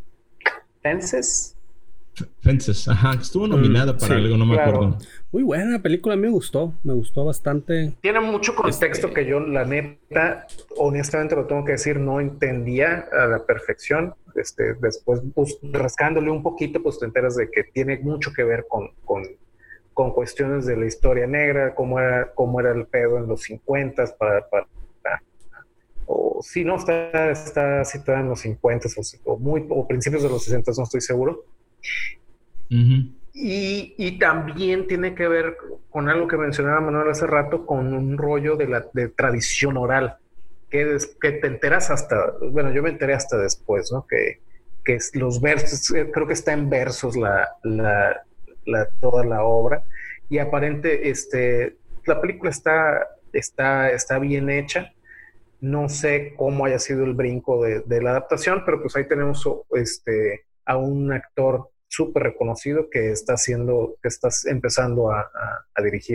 Fences. Fences, ajá, estuvo nominada mm, para sí, algo, no me claro. acuerdo. Muy buena película, me gustó, me gustó bastante. Tiene mucho contexto este... que yo, la neta, honestamente lo tengo que decir, no entendía a la perfección. Este, después, pues, rascándole un poquito, pues te enteras de que tiene mucho que ver con, con, con cuestiones de la historia negra, cómo era, cómo era el pedo en los cincuentas, para, para, para o si no, está, está citada en los cincuentas o, o, muy, o principios de los sesentas, no estoy seguro. Uh-huh. Y, y también tiene que ver con algo que mencionaba Manuel hace rato, con un rollo de la de tradición oral, que, des, que te enteras hasta, bueno, yo me enteré hasta después, ¿no? Que, que es los versos, creo que está en versos la, la, la, toda la obra, y aparente, este, la película está, está, está bien hecha. No sé cómo haya sido el brinco de, de la adaptación, pero pues ahí tenemos este, a un actor súper reconocido que está haciendo, que está empezando a, a, a dirigir.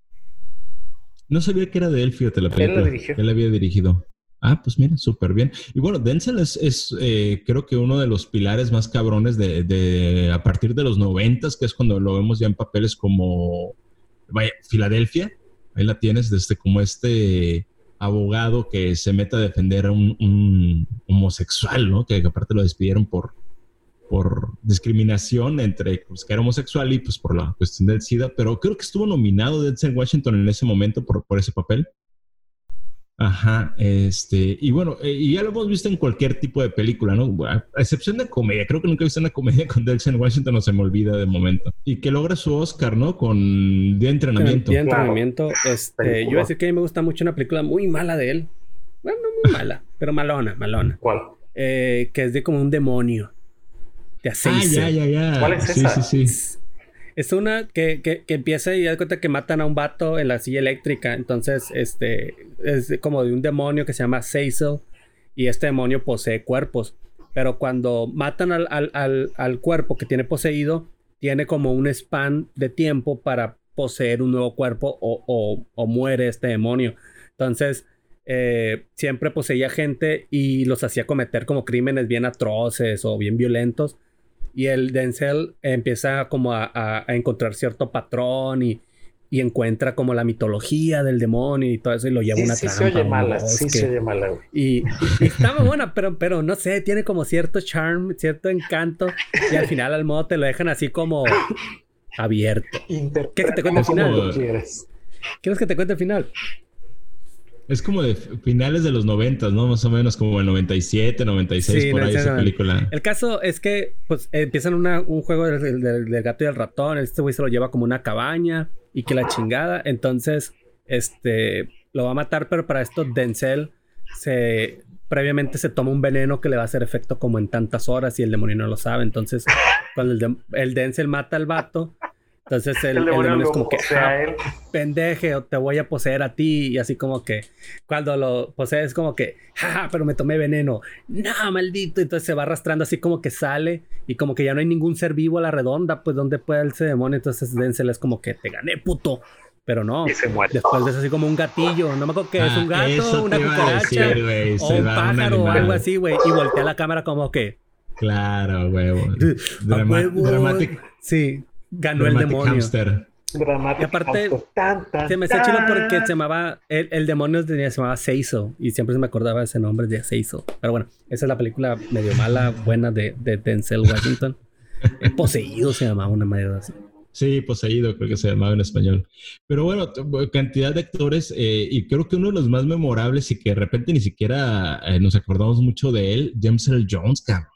No sabía que era de él, fíjate, la película. Él la dirigió. Él la había dirigido. Ah, pues mira, súper bien. Y bueno, Denzel es, es eh, creo que uno de los pilares más cabrones de, de a partir de los noventas, que es cuando lo vemos ya en papeles como, vaya, Filadelfia. Ahí la tienes, desde como este abogado que se mete a defender a un, un homosexual, ¿no? Que aparte lo despidieron por por discriminación entre pues, que era homosexual y pues por la cuestión del SIDA, pero creo que estuvo nominado Denzel Washington en ese momento por, por ese papel. Ajá, este, y bueno, eh, y ya lo hemos visto en cualquier tipo de película, ¿no? A excepción de comedia, creo que nunca he visto una comedia con Denzel Washington, no se me olvida de momento. Y que logra su Oscar, ¿no? Con Día de Entrenamiento. Día de Entrenamiento, este, yo voy a decir que a mí me gusta mucho una película muy mala de él. Bueno, no muy mala, pero malona, malona. ¿Cuál? Eh, que es de como un demonio. De aceite. Ah, ya, ya, ya. ¿Cuál es sí, esa? Sí, sí. Es una que, que, que empieza y da cuenta que matan a un vato en la silla eléctrica. Entonces, este es como de un demonio que se llama Cecil. Y este demonio posee cuerpos. Pero cuando matan al, al, al, al cuerpo que tiene poseído, tiene como un span de tiempo para poseer un nuevo cuerpo o, o, o muere este demonio. Entonces, eh, siempre poseía gente y los hacía cometer como crímenes bien atroces o bien violentos. Y el Denzel empieza como a, a, a encontrar cierto patrón y, y encuentra como la mitología del demonio y todo eso y lo lleva a sí, una sí trampa. Se oye un mala, bosque. sí se oye mala, güey. Y, y está muy buena, pero, pero no sé, tiene como cierto charm, cierto encanto. Y al final al modo te lo dejan así como abierto. ¿Quieres que te cuente el final? ¿Quieres? ¿Quieres que te cuente el final? Es como de finales de los noventas, ¿no? Más o menos como el noventa y siete, noventa y seis, sí, por ahí esa película. El caso es que pues empiezan una, un juego del, del, del gato y el ratón. Este güey se lo lleva como una cabaña y que la chingada. Entonces, este, lo va a matar, pero para esto Denzel se... previamente se toma un veneno que le va a hacer efecto como en tantas horas y el demonio no lo sabe. Entonces, cuando el, de, el Denzel mata al vato... Entonces el, el, el demonio es como que, ah, él. pendeje, o te voy a poseer a ti. Y así como que cuando lo posees como que, jaja, pero me tomé veneno. No, maldito. Entonces se va arrastrando así como que sale y como que ya no hay ningún ser vivo a la redonda. Pues donde puede ese demonio. Entonces Denzel es como que te gané, puto. Pero no, después es así como un gatillo. No me acuerdo que ah, es un gato, una cucaracha decir, o un pájaro un o algo así, güey. Y voltea la cámara como que... Claro, huevo. Drama dramatic. Sí. Ganó Dramatic el demonio. Hamster. Dramatic y aparte, tan, tan, se me está chido porque se llamaba... El, el demonio tenía, se llamaba Cecil. Y siempre se me acordaba ese nombre de Cecil. Pero bueno, esa es la película medio mala, buena de, de Denzel Washington. El Poseído se llamaba una manera así. Sí, Poseído creo que se llamaba en español. Pero bueno, cantidad de actores. Eh, y creo que uno de los más memorables y que de repente ni siquiera eh, nos acordamos mucho de él, James Earl Jones, cabrón.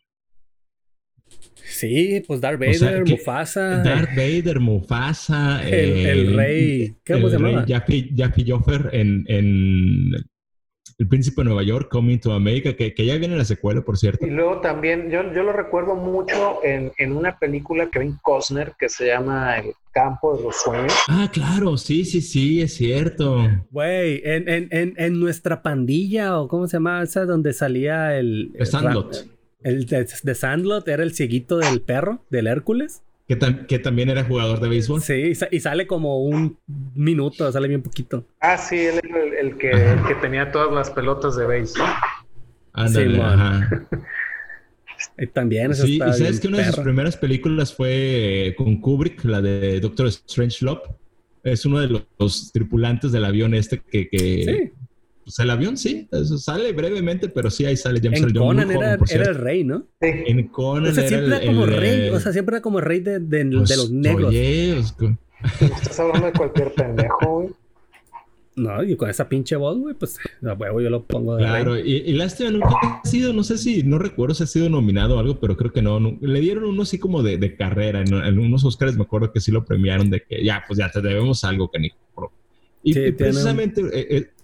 Sí, pues Darth Vader, o sea, Mufasa. Darth Vader, Mufasa. El, eh, el rey. ¿Qué el se llamaba? Jaffe, Jaffe Joffer en, en El Príncipe de Nueva York, Coming to America, que, que ya viene la secuela, por cierto. Y luego también, yo, yo lo recuerdo mucho en, en una película que Kevin Costner que se llama El Campo de los Sueños. Ah, claro, sí, sí, sí, es cierto. Güey, en, en, en, en Nuestra Pandilla, o ¿cómo se llama esa? Donde salía el... el Sandlot. El de, de Sandlot era el cieguito del perro, del Hércules. Que, tam que también era jugador de béisbol. Sí, y sale como un minuto, sale bien poquito. Ah, sí, él era el, el, que, el que tenía todas las pelotas de béisbol. Ándale, sí, ajá. Y también eso sí, está y sabes bien que una perro. de sus primeras películas fue con Kubrick, la de Doctor Strangelove. Es uno de los, los tripulantes del avión este que... que... Sí. Pues el avión sí, eso sale brevemente, pero sí ahí sale James Earl Jones. En Conan era, era el rey, ¿no? Sí. En Conan o sea, siempre era, era como el, rey, el, o sea, siempre era como rey de, de, pues, de los negros. Oye, estás hablando de cualquier pendejo, güey. No, y con esa pinche voz, güey, pues a huevo yo lo pongo de Claro, rey. y, y lástima nunca ha sido, no sé si, no recuerdo si ha sido nominado o algo, pero creo que no. no le dieron uno así como de, de carrera, en, en unos Oscars me acuerdo que sí lo premiaron de que ya, pues ya te debemos algo, canijo. Y, sí, y precisamente... Eh, eh,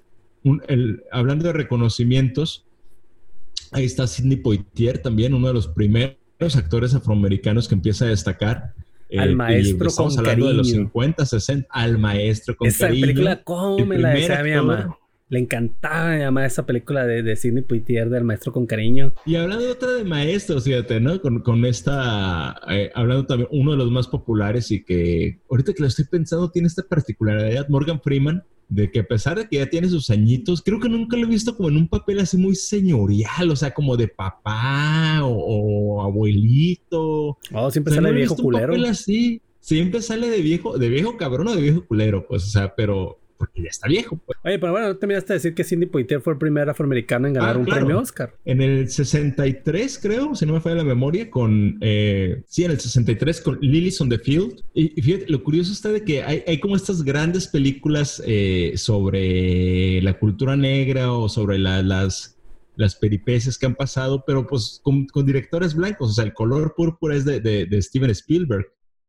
un, el, hablando de reconocimientos, ahí está Sidney Poitier también, uno de los primeros actores afroamericanos que empieza a destacar. Al eh, maestro estamos con hablando cariño. de los cincuenta, sesenta, al maestro con Esa cariño. película, ¿cómo El me la primer decía mi actor. mamá? Le encantaba mi mamá esa película de, de Sidney Poitier, del maestro con cariño. Y hablando de otra de maestros, fíjate, ¿no? Con, con esta, eh, hablando también, uno de los más populares y que ahorita que lo estoy pensando tiene esta particularidad, Morgan Freeman, de que a pesar de que ya tiene sus añitos, creo que nunca lo he visto como en un papel así muy señorial, o sea, como de papá o, o abuelito. Oh, siempre O sea, sale no de he viejo visto un culero. papel así. Siempre sale de viejo, de viejo cabrón o de viejo culero, pues, o sea, pero porque ya está viejo, pues. Oye, pero bueno, no terminaste de decir que Sidney Poitier fue el primer afroamericano en ganar Ah, un claro. premio Oscar. En el sesenta y tres, creo, si no me falla la memoria, con... Eh, sí, en el sesenta y tres con Lilies on the Field. Y, y fíjate, lo curioso está de que hay, hay como estas grandes películas eh, sobre la cultura negra o sobre la, las, las peripecias que han pasado, pero pues con, con directores blancos. O sea, El color púrpura es de, de, de Steven Spielberg,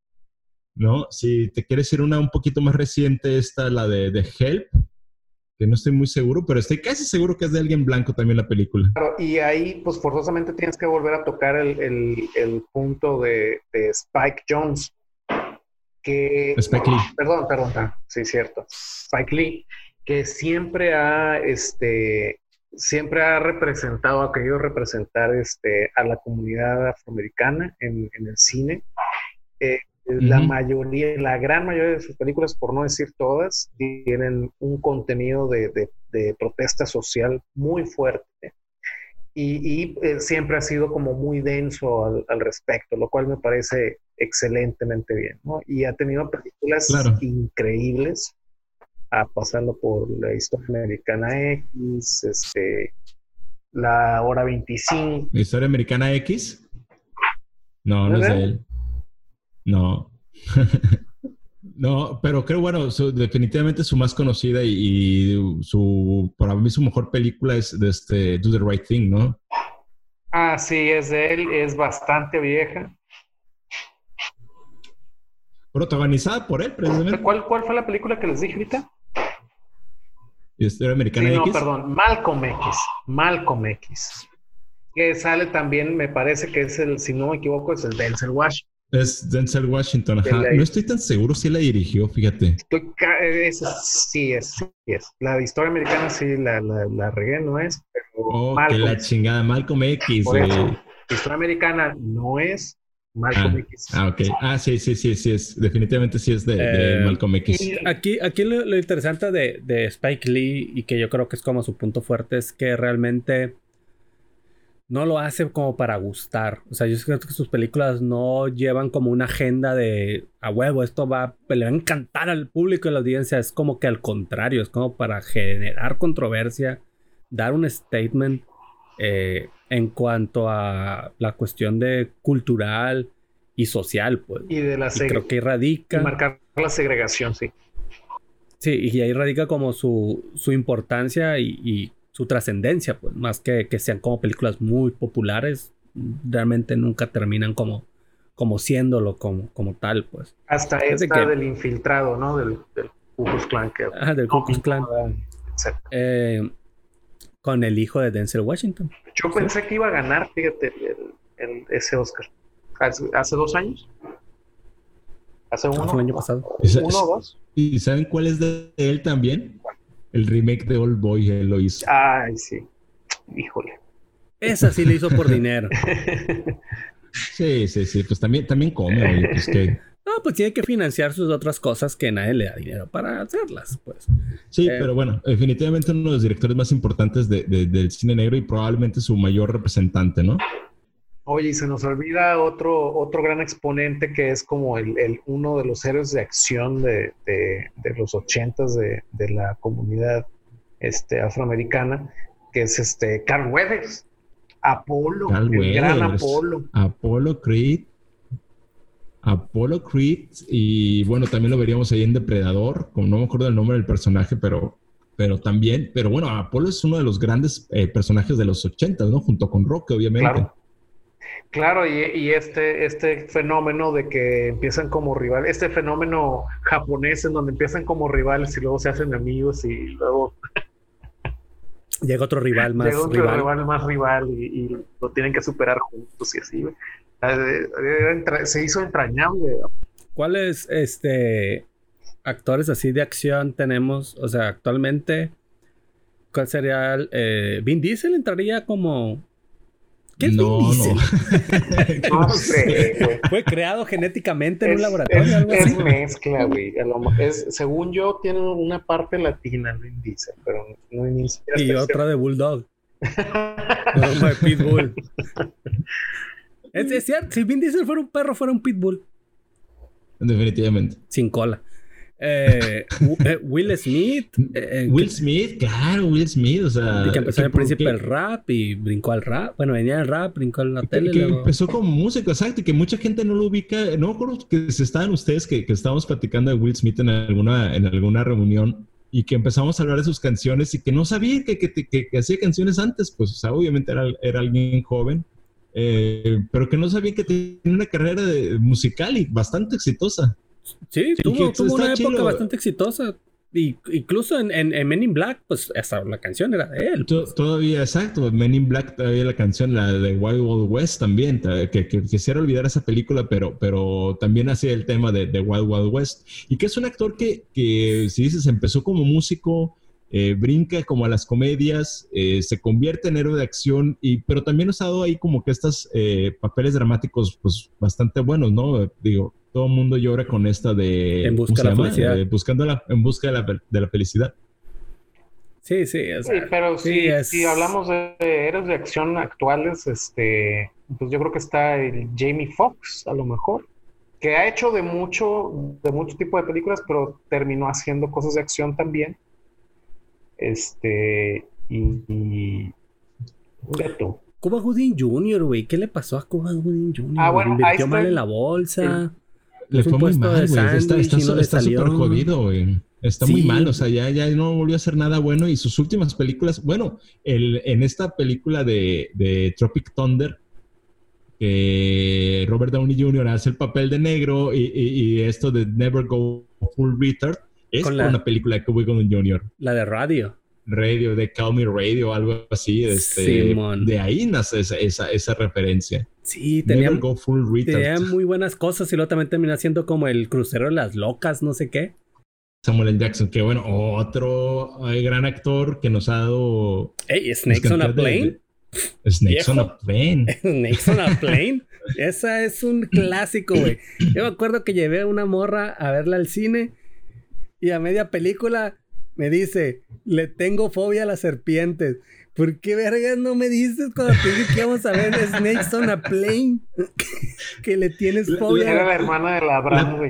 ¿no? Si te quieres ir una un poquito más reciente, esta, la de, de Help, que no estoy muy seguro, pero estoy casi seguro que es de alguien blanco también la película. Claro, y ahí, pues forzosamente tienes que volver a tocar el, el, el punto de, de Spike Jonze, que... Spike Lee. Perdón, perdón, ah, sí, cierto. Spike Lee, que siempre ha, este, siempre ha representado, ha querido representar este, a la comunidad afroamericana en, en el cine. Eh, La Ujú. mayoría, la gran mayoría de sus películas, por no decir todas, tienen un contenido de, de, de protesta social muy fuerte y, y eh, siempre ha sido como muy denso al, al respecto, lo cual me parece excelentemente bien, ¿no? Y ha tenido películas Claro. increíbles, a pasarlo por La Historia Americana X, este, La Hora veinticinco. ¿La Historia Americana X? No, no es ¿Verdad? de él. No. No, pero creo, bueno, su- definitivamente su más conocida y, y su, para mí su mejor película es de este Do the Right Thing, ¿no? Ah, sí, es de él, es bastante vieja. Protagonizada por él, precisamente. ¿Cuál, cuál fue la película que les dije ahorita? Historia Americana Sí, no, X. perdón, Malcolm X. Malcolm X. Que sale también, me parece que es el, si no me equivoco, es el Denzel Washington. Es Denzel Washington, ajá. De la- No estoy tan seguro si la dirigió, fíjate. Estoy ca- ese sí es, sí es. La de Historia Americana sí la, la, la regué, no es, pero Oh, que Malcolm, la chingada, Malcolm X, por güey. eso. Historia Americana no es, Malcolm Ah, X. ah, ok. Ah, sí, sí, sí, sí es. Definitivamente sí es de, de Eh, Malcolm X. y- Aquí, aquí lo, lo interesante de, de Spike Lee y que yo creo que es como su punto fuerte es que realmente no lo hace como para gustar. O sea, yo creo que sus películas no llevan como una agenda de a huevo, esto va, le va a encantar al público y a la audiencia. Es como que al contrario, es como para generar controversia, dar un statement eh, en cuanto a la cuestión de cultural y social, pues. Y de la Y seg- creo que ahí radica. marcar la segregación, sí. Sí, y ahí radica como su, su importancia y, y su trascendencia, pues, más que, que sean como películas muy populares, realmente nunca terminan como, como siéndolo como, como tal, pues. Hasta Fíjate esta que- del infiltrado, ¿no? Del, del Ku Klux Klan. Que, Ah, del Ku Klux Klan. etcétera. Eh, con el hijo de Denzel Washington. Yo pensé que iba a ganar, fíjate, el, el- ese Oscar. Hace, hace dos años. Hace uno. Fue el año pasado. Esa- Uno o dos. ¿Y saben cuál es de él también? El remake de Old Boy, él lo hizo. Ay, sí. Híjole. Esa sí le hizo por dinero. Sí, sí, sí. Pues también, también come, oye, pues que... No, pues tiene que financiar sus otras cosas que nadie le da dinero para hacerlas, pues. Sí, Eh, pero bueno, definitivamente uno de los directores más importantes de- de- del cine negro y probablemente su mayor representante, ¿no? Oye, y se nos olvida otro, otro gran exponente que es como el, el- uno de los héroes de acción de, de- de los ochentas de, de la comunidad este, afroamericana, que es este Carl Weathers. Apolo, Carl el gran Weathers. Apolo. Apollo Creed. Apollo Creed. Y bueno, también lo veríamos ahí en Depredador. Como no me acuerdo el nombre del personaje, pero, pero también. Pero bueno, Apolo es uno de los grandes eh, personajes de los ochentas, ¿no? Junto con Rocky, obviamente. Claro. Claro, y, y este, este fenómeno de que empiezan como rivales, este fenómeno japonés en donde empiezan como rivales y luego se hacen amigos y luego Llega otro rival más Llega otro rival. rival más rival y, y lo tienen que superar juntos y así, güey. Era entra- Se hizo entrañable. ¿Cuáles este actores así de acción tenemos? O sea, actualmente, ¿cuál sería el, eh, Vin Diesel entraría como... ¿Qué es No, Vin Diesel? no. No sé, güey. ¿Fue creado genéticamente en un Es, laboratorio es, o algo así? es mezcla, güey. A lo mo- es, según yo, tiene una parte latina, Vin Diesel, pero no ni siquiera Y estoy otra de Bulldog. No, de Pitbull. Es, es cierto, si Vin Diesel fuera un perro, fuera un Pitbull. Definitivamente. Sin cola. Eh, W- eh, Will Smith. eh, Will que, Smith, claro, Will Smith, o sea... que empezó en el por príncipe qué- del rap y brincó al rap. Bueno, venía del rap, brincó en la Que, tele. que luego- empezó como músico, exacto, y que mucha gente no lo ubica. No me acuerdo que se estaban ustedes que, que estábamos platicando de Will Smith en alguna, en alguna reunión y que empezamos a hablar de sus canciones y que no sabía que, que, que, que hacía canciones antes, pues, o sea, obviamente era, era alguien joven, eh, pero que no sabía que tenía una carrera de, musical y bastante exitosa. Sí, Sí, tuvo, que tuvo una está época chido. bastante exitosa. Y, incluso en, en, en Men in Black, pues hasta la canción era de él. To- pues. Todavía, exacto, Men in Black, todavía la canción, la de Wild Wild West también, ta- que, que quisiera olvidar esa película, pero, pero también hacía el tema de, de Wild Wild West. Y que es un actor que, que si dices, empezó como músico, eh, brinca como a las comedias, eh, se convierte en héroe de acción, y, pero también nos ha dado ahí como que estos eh, papeles dramáticos pues bastante buenos, ¿no? Digo, todo el mundo llora con esta de... En busca ¿cómo de se la llama? felicidad. Eh, buscando la, en busca de la, de la felicidad. Sí, sí. O sea, Sí, pero sí, si, es- si hablamos de héroes de acción actuales, este, pues yo creo que está el Jamie Foxx, a lo mejor, que ha hecho de mucho, de mucho tipo de películas, pero terminó haciendo cosas de acción también. Este, y, y ya tú. Cuba Gooding junior, güey. ¿Qué le pasó a Cuba Gooding junior? Ah, bueno, ahí Invirtió está mal el- en la bolsa. Le Puso fue un muy puesto mal, de güey. Está, sándwich está, y no le está salió. súper jodido, güey. Está Sí. muy mal, o sea, ya, ya no volvió a hacer nada bueno. Y sus últimas películas, bueno, el, en esta película de, de Tropic Thunder, que Robert Downey junior hace el papel de negro y, y, y esto de Never Go Full Retard, es Con por la- una película de Cuba Gooding junior La de radio. Radio, de Call Me Radio, algo así. Este, Simón. de ahí nace esa, esa, esa referencia. Sí, tenía, Never Go Full Retard. tenía muy buenas cosas y luego también terminó siendo como el crucero de las locas, no sé qué. Samuel L. Jackson, que bueno, otro eh, gran actor que nos ha dado... Ey, Snakes on a cantidad de- Plane. de- Snakes Viejo. on a Plane. Snakes on a Plane. Esa es un clásico, güey. Yo me acuerdo que llevé a una morra a verla al cine y a media película me dice, le tengo fobia a las serpientes. ¿Por qué vergas no me dices cuando te dije que íbamos a ver Snakes on a Plane? Que le tienes Era fobia. la hermana de la Abraham, La- güey.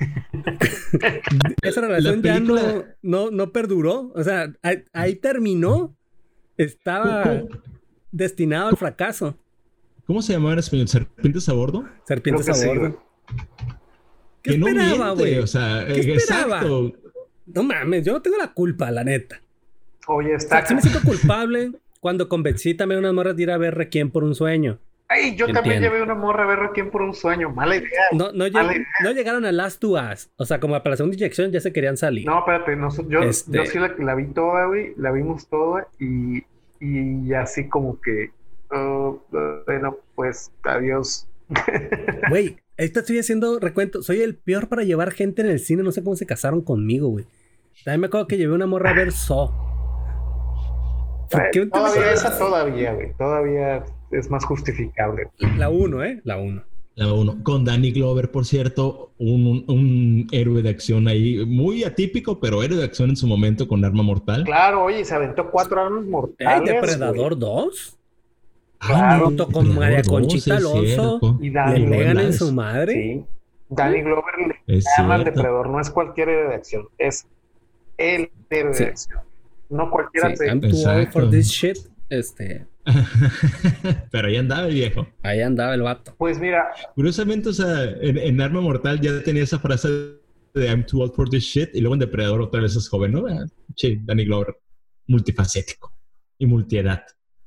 Esa relación La ya no, película- no, no perduró. O sea, ahí, ahí terminó. Estaba ¿Cómo- destinado al fracaso. ¿Cómo se llamaba en español? ¿Serpientes a bordo? Serpientes Creo que a sí, bordo. güey. ¿Qué que no esperaba, miente, güey? o sea, ¿Qué eh, esperaba? exacto. No mames, yo no tengo la culpa, la neta. Oye, O sea, está. sí me siento culpable cuando convencí también a unas morras de ir a ver Requiem por un sueño. Ay, yo también Entiendo. llevé una morra a ver Requiem por un sueño. Mala idea. No, no, lleg- Vale. no llegaron a Last to Us. O sea, como para la segunda inyección ya se querían salir. No, espérate, noso- yo, Este- yo sí la, la vi toda, güey, la vimos toda y, y así como que, oh, bueno, pues adiós. Güey, ahorita estoy haciendo recuento. Soy el peor para llevar gente en el cine. No sé cómo se casaron conmigo, güey. También me acuerdo que llevé una morra a ver Saw. ¿Por qué no te Todavía acuerdas? esa, todavía, güey, todavía es más justificable. La uno, ¿eh? La uno. La uno. Con Danny Glover, por cierto, un, un, un héroe de acción ahí, muy atípico, pero héroe de acción en su momento con arma mortal. Claro, oye, se aventó cuatro armas ¿Eh? mortales. ¿Depredador dos? Claro, junto con Depredador María dos, Conchita es Alonso. cierto. güey. Y ¿Le Danny Glover. pegan en Nice. su madre? Sí. Danny Glover le Es llama al cierto. depredador, no es cualquier héroe de acción, es el héroe Sí. de acción. No cualquiera Sí, se... I'm too old Exacto. for this shit. Este, Pero ahí andaba el viejo. ahí andaba el vato. Pues mira, Curiosamente, o sea, en, en Arma Mortal ya tenía esa frase de I'm too old for this shit, y luego en Depredador otra vez es joven, ¿no? Ah, che, Danny Glover, multifacético y multiedad.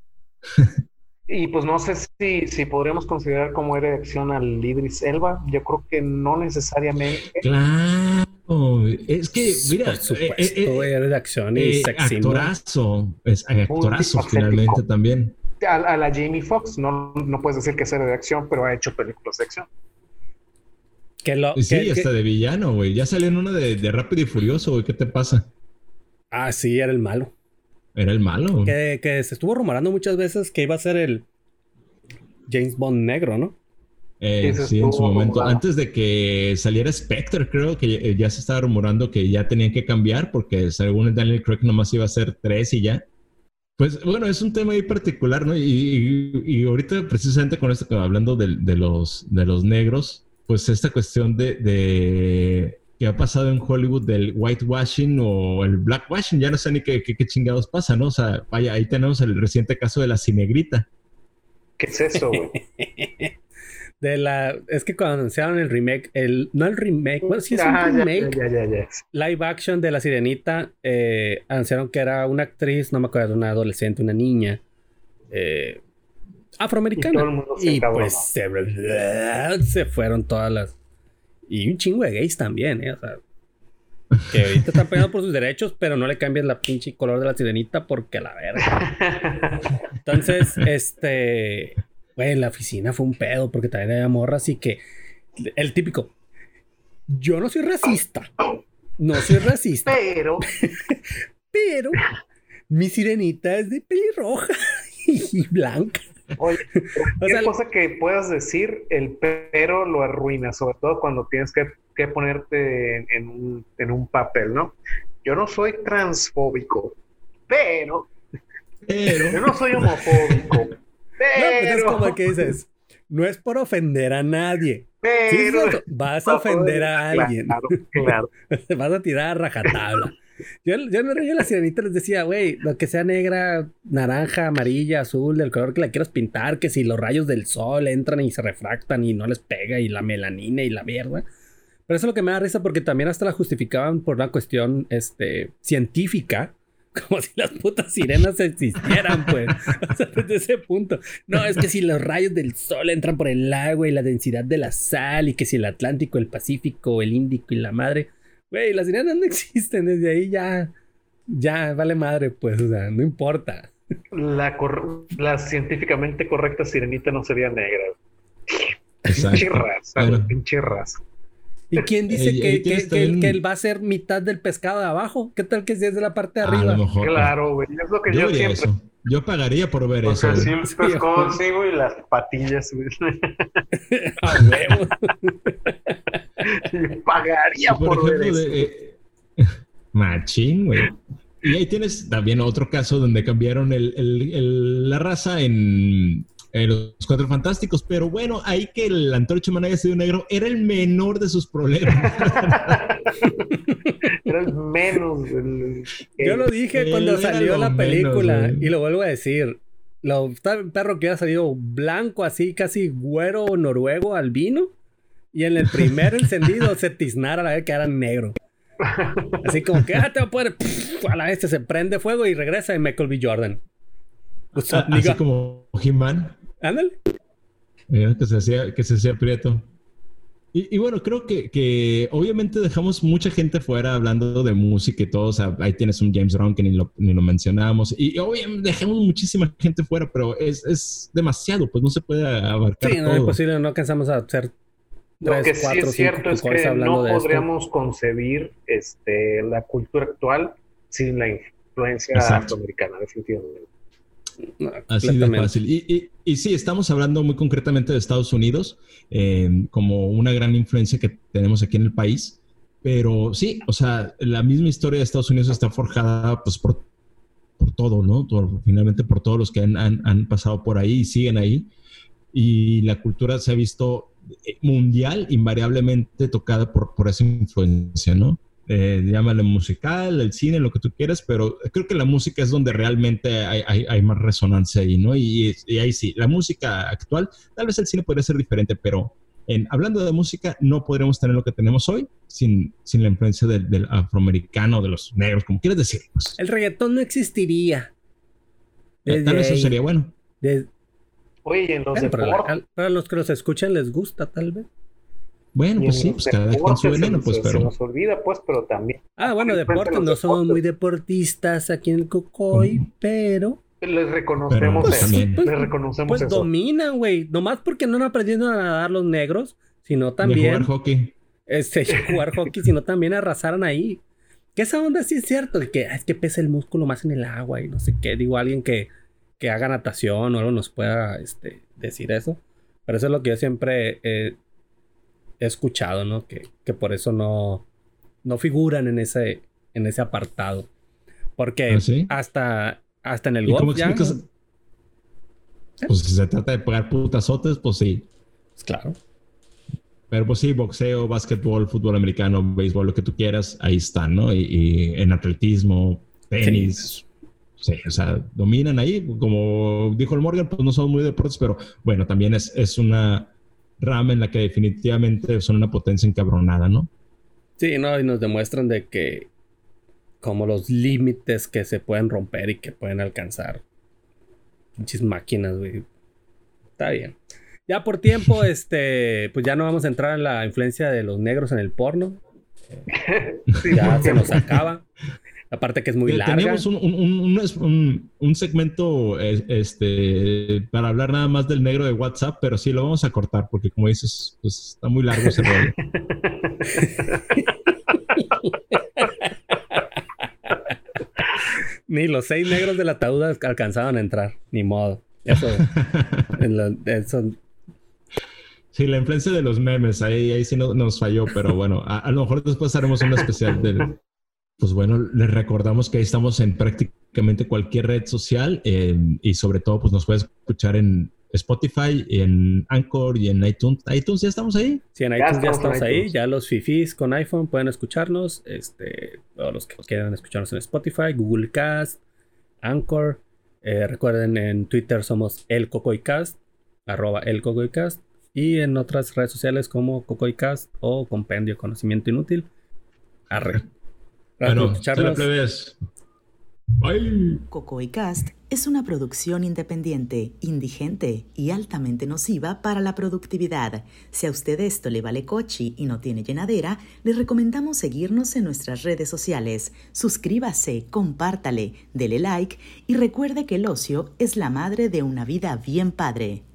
y pues no sé si, si podríamos considerar como héroe de acción al Idris Elba. Yo creo que no necesariamente. Claro, es que, mira, Por supuesto, eh, eh, güey, eres de acción y eh, sex symbol. actorazo, es actorazo Multifacético. finalmente también. A, a la Jamie Foxx, no, no puedes decir que es héroe de acción, pero ha hecho películas de acción. Que lo, Sí, que- hasta que- de villano, güey. Ya salió en una de, de Rápido y Furioso, güey. ¿Qué te pasa? Ah, sí, era el malo. Era el malo. Que, que se estuvo rumorando muchas veces que iba a ser el James Bond negro, ¿no? Eh, Ese sí, en su estuvo momento. rumorado. Antes de que saliera Spectre, creo que ya, ya se estaba rumorando que ya tenían que cambiar porque según el Daniel Craig nomás iba a ser tres y ya. Pues bueno, es un tema muy particular, ¿no? Y, y, y ahorita precisamente con esto, hablando de, de, los, de los negros, pues esta cuestión de, de que ha pasado en Hollywood del whitewashing o el blackwashing, ya no sé ni qué, qué, qué chingados pasa, ¿no? O sea, vaya, ahí tenemos el reciente caso de la cinegrita. ¿Qué es eso, güey? De la... Es que cuando anunciaron el remake, el... No el remake, bueno, sí es un Ah, ya, remake. ya, ya, ya. Live action de La Sirenita, eh, anunciaron que era una actriz, no me acuerdo, una adolescente, una niña eh, afroamericana. Y todo el mundo se Y encabronó. pues se, se fueron todas las... Y un chingo de gays también, ¿eh? O sea, que ahorita están peleando por sus derechos, pero no le cambian la pinche color de la sirenita porque a la verga. Entonces, este... Güey, en la oficina fue un pedo porque también había morras y que... El típico... Yo no soy racista. No soy racista. Pero, Pero mi sirenita es de pelirroja y blanca. oye, O cualquier sea, cosa que puedas decir, el pero lo arruina, sobre todo cuando tienes que, que ponerte en, en un, en un papel, ¿no? Yo no soy transfóbico, pero yo Pero... no soy homofóbico, no, pues es pero, como que dices, no es por ofender a nadie. Sí, es pero, cierto, vas a ofender a alguien. Claro, claro. Vas a tirar a rajatabla. Yo, yo me reía a la sirenita, les decía, güey, lo que sea negra, naranja, amarilla, azul, del color que la quieras pintar, que si los rayos del sol entran y se refractan y no les pega, y la melanina y la mierda. Pero eso es lo que me da risa porque también hasta la justificaban por una cuestión este, científica, como si las putas sirenas existieran, pues. O sea, desde ese punto. No, es que si los rayos del sol entran por el agua y la densidad de la sal, y que si el Atlántico, el Pacífico, el Índico y la madre. Güey, las sirenas no existen. Desde ahí ya. Ya, vale madre, pues. O sea, no importa. La, cor- la científicamente correcta sirenita no sería negra. Pinche Exacto. raza, Bueno. güey, pinche raza. ¿Y quién dice Ahí- que, ahí que, tienes que, también- que él va a ser mitad del pescado de abajo? ¿Qué tal que si es de la parte de A arriba? lo mejor. Claro, güey, es lo que Yo yo, vería siempre... eso. Yo pagaría por ver O eso. sea, güey. sí, pescado, sí, güey, las patillas, güey. A huevo. Yo pagaría Y por, ver eso. de, eh, machín, güey. Y ahí tienes también otro caso donde cambiaron el, el- el- la raza en, en los Cuatro Fantásticos, pero bueno, ahí que el Antorcha Humana haya sido negro era el menor de sus problemas. Era el menos. El, el- Yo lo dije Él cuando era salió lo la menos, película güey. y lo vuelvo a decir. Lo, está el perro que hubiera salido blanco, así casi güero noruego albino. Y en el primer encendido se tiznara a la vez que era negro. Así como que, ah, te va a poder. Pff, a la vez se prende fuego y regresa en Michael B. Jordan. What's up, Así nigga? como He-Man, Ándale. eh, que se hacía, que se hacía prieto. Y, y bueno, creo que, que obviamente dejamos mucha gente fuera hablando de música y todo. O sea, ahí tienes un James Brown que ni lo, ni lo mencionamos. Y, y obviamente dejamos muchísima gente fuera, pero es, es demasiado, pues no se puede abarcar Sí, no todo. es posible, no alcanzamos a hacer Lo que tres, sí cuatro, es cierto cinco es cosas que hablando no de esto. podríamos concebir este, la cultura actual sin la influencia Exacto. afroamericana, definitivamente. No, Así de completamente. fácil. Y, y, y sí, estamos hablando muy concretamente de Estados Unidos eh, como una gran influencia que tenemos aquí en el país. Pero sí, o sea, la misma historia de Estados Unidos está forjada pues por, por todo, ¿no? Por- finalmente por todos los que han, han, han pasado por ahí y siguen ahí. Y la cultura se ha visto mundial, invariablemente tocada por, por esa influencia, ¿no? Eh, llámale musical, el cine, lo que tú quieras, pero creo que la música es donde realmente hay, hay, hay más resonancia ahí, ¿no? Y, y ahí sí, la música actual, tal vez el cine podría ser diferente, pero en, hablando de música, no podríamos tener lo que tenemos hoy sin, sin la influencia del, del afroamericano, de los negros, como quieras decir. Pues. El reggaetón no existiría. Eh, Desde tal vez eso ahí. sería bueno. Des- Oye, y en los Bueno, pero la- deportes, al- para los que los escuchan les gusta, tal vez. Bueno, pues sí, pues cada quien su veneno, pues, se, pero... Se nos olvida, pues, pero también. Ah, bueno, deportes, no somos muy deportistas aquí en el Cocoy, ¿Cómo? pero... Les reconocemos pero, pues, eso. también. Les reconocemos pues eso. dominan, güey. Nomás porque no han aprendido a nadar los negros, sino De también... jugar hockey. Este, jugar hockey, sino también arrasaran ahí. Que esa onda sí es cierto, de que es que pesa el músculo más en el agua y no sé qué. Digo, alguien que, que haga natación o algo nos pueda este, decir eso. Pero eso es lo que yo siempre eh, he escuchado, ¿no? Que, que por eso no, no figuran en ese, en ese apartado. Porque ¿Ah, sí? hasta, hasta en el ¿Y golf cómo ya... explicas? Pues si se trata de pegar putazotes, pues sí. Pues claro. Pero pues sí, boxeo, básquetbol, fútbol americano, béisbol, lo que tú quieras, ahí están, ¿no? Y, y en atletismo, tenis, sí. sí, o sea, dominan ahí. Como dijo el Morgan, pues no son muy deportes, pero bueno, también es, es una rama en la que definitivamente son una potencia encabronada, ¿no? Sí, no, y nos demuestran de que como los límites que se pueden romper y que pueden alcanzar. Pinches máquinas, güey. Está bien. Ya por tiempo, este, pues ya no vamos a entrar en la influencia de los negros en el porno. Sí, Ya porque- se nos acaba. Aparte que es muy Te- larga. Teníamos un, un, un, un, un segmento eh, este, para hablar nada más del negro de WhatsApp, pero sí lo vamos a cortar porque como dices, pues está muy largo ese rollo. Ni los seis negros del ataúd alcanzaban a entrar. Ni modo. Eso, en la- eso Sí, la influencia de los memes, ahí, ahí sí no, nos falló, pero bueno, a, a lo mejor después haremos un especial del... Pues bueno, les recordamos que ahí estamos en prácticamente cualquier red social eh, y sobre todo pues nos puedes escuchar en Spotify, en Anchor y en iTunes. iTunes ya estamos ahí. Sí, en Ya iTunes ya estamos en estamos ahí. iTunes. Ya los fifís con iPhone pueden escucharnos. Este, o los que quieran escucharnos en Spotify, Google Cast, Anchor. Eh, recuerden, en Twitter somos el Cocoycast, arroba el Cocoycast. Y en otras redes sociales como Cocoycast o Compendio de Conocimiento Inútil. Arre. Gracias por Bueno, sale escucharnos. plebes. Bye. Cocoycast es una producción independiente, indigente y altamente nociva para la productividad. Si a usted esto le vale cochi y no tiene llenadera, le recomendamos seguirnos en nuestras redes sociales. Suscríbase, compártale, dele like y recuerde que el ocio es la madre de una vida bien padre.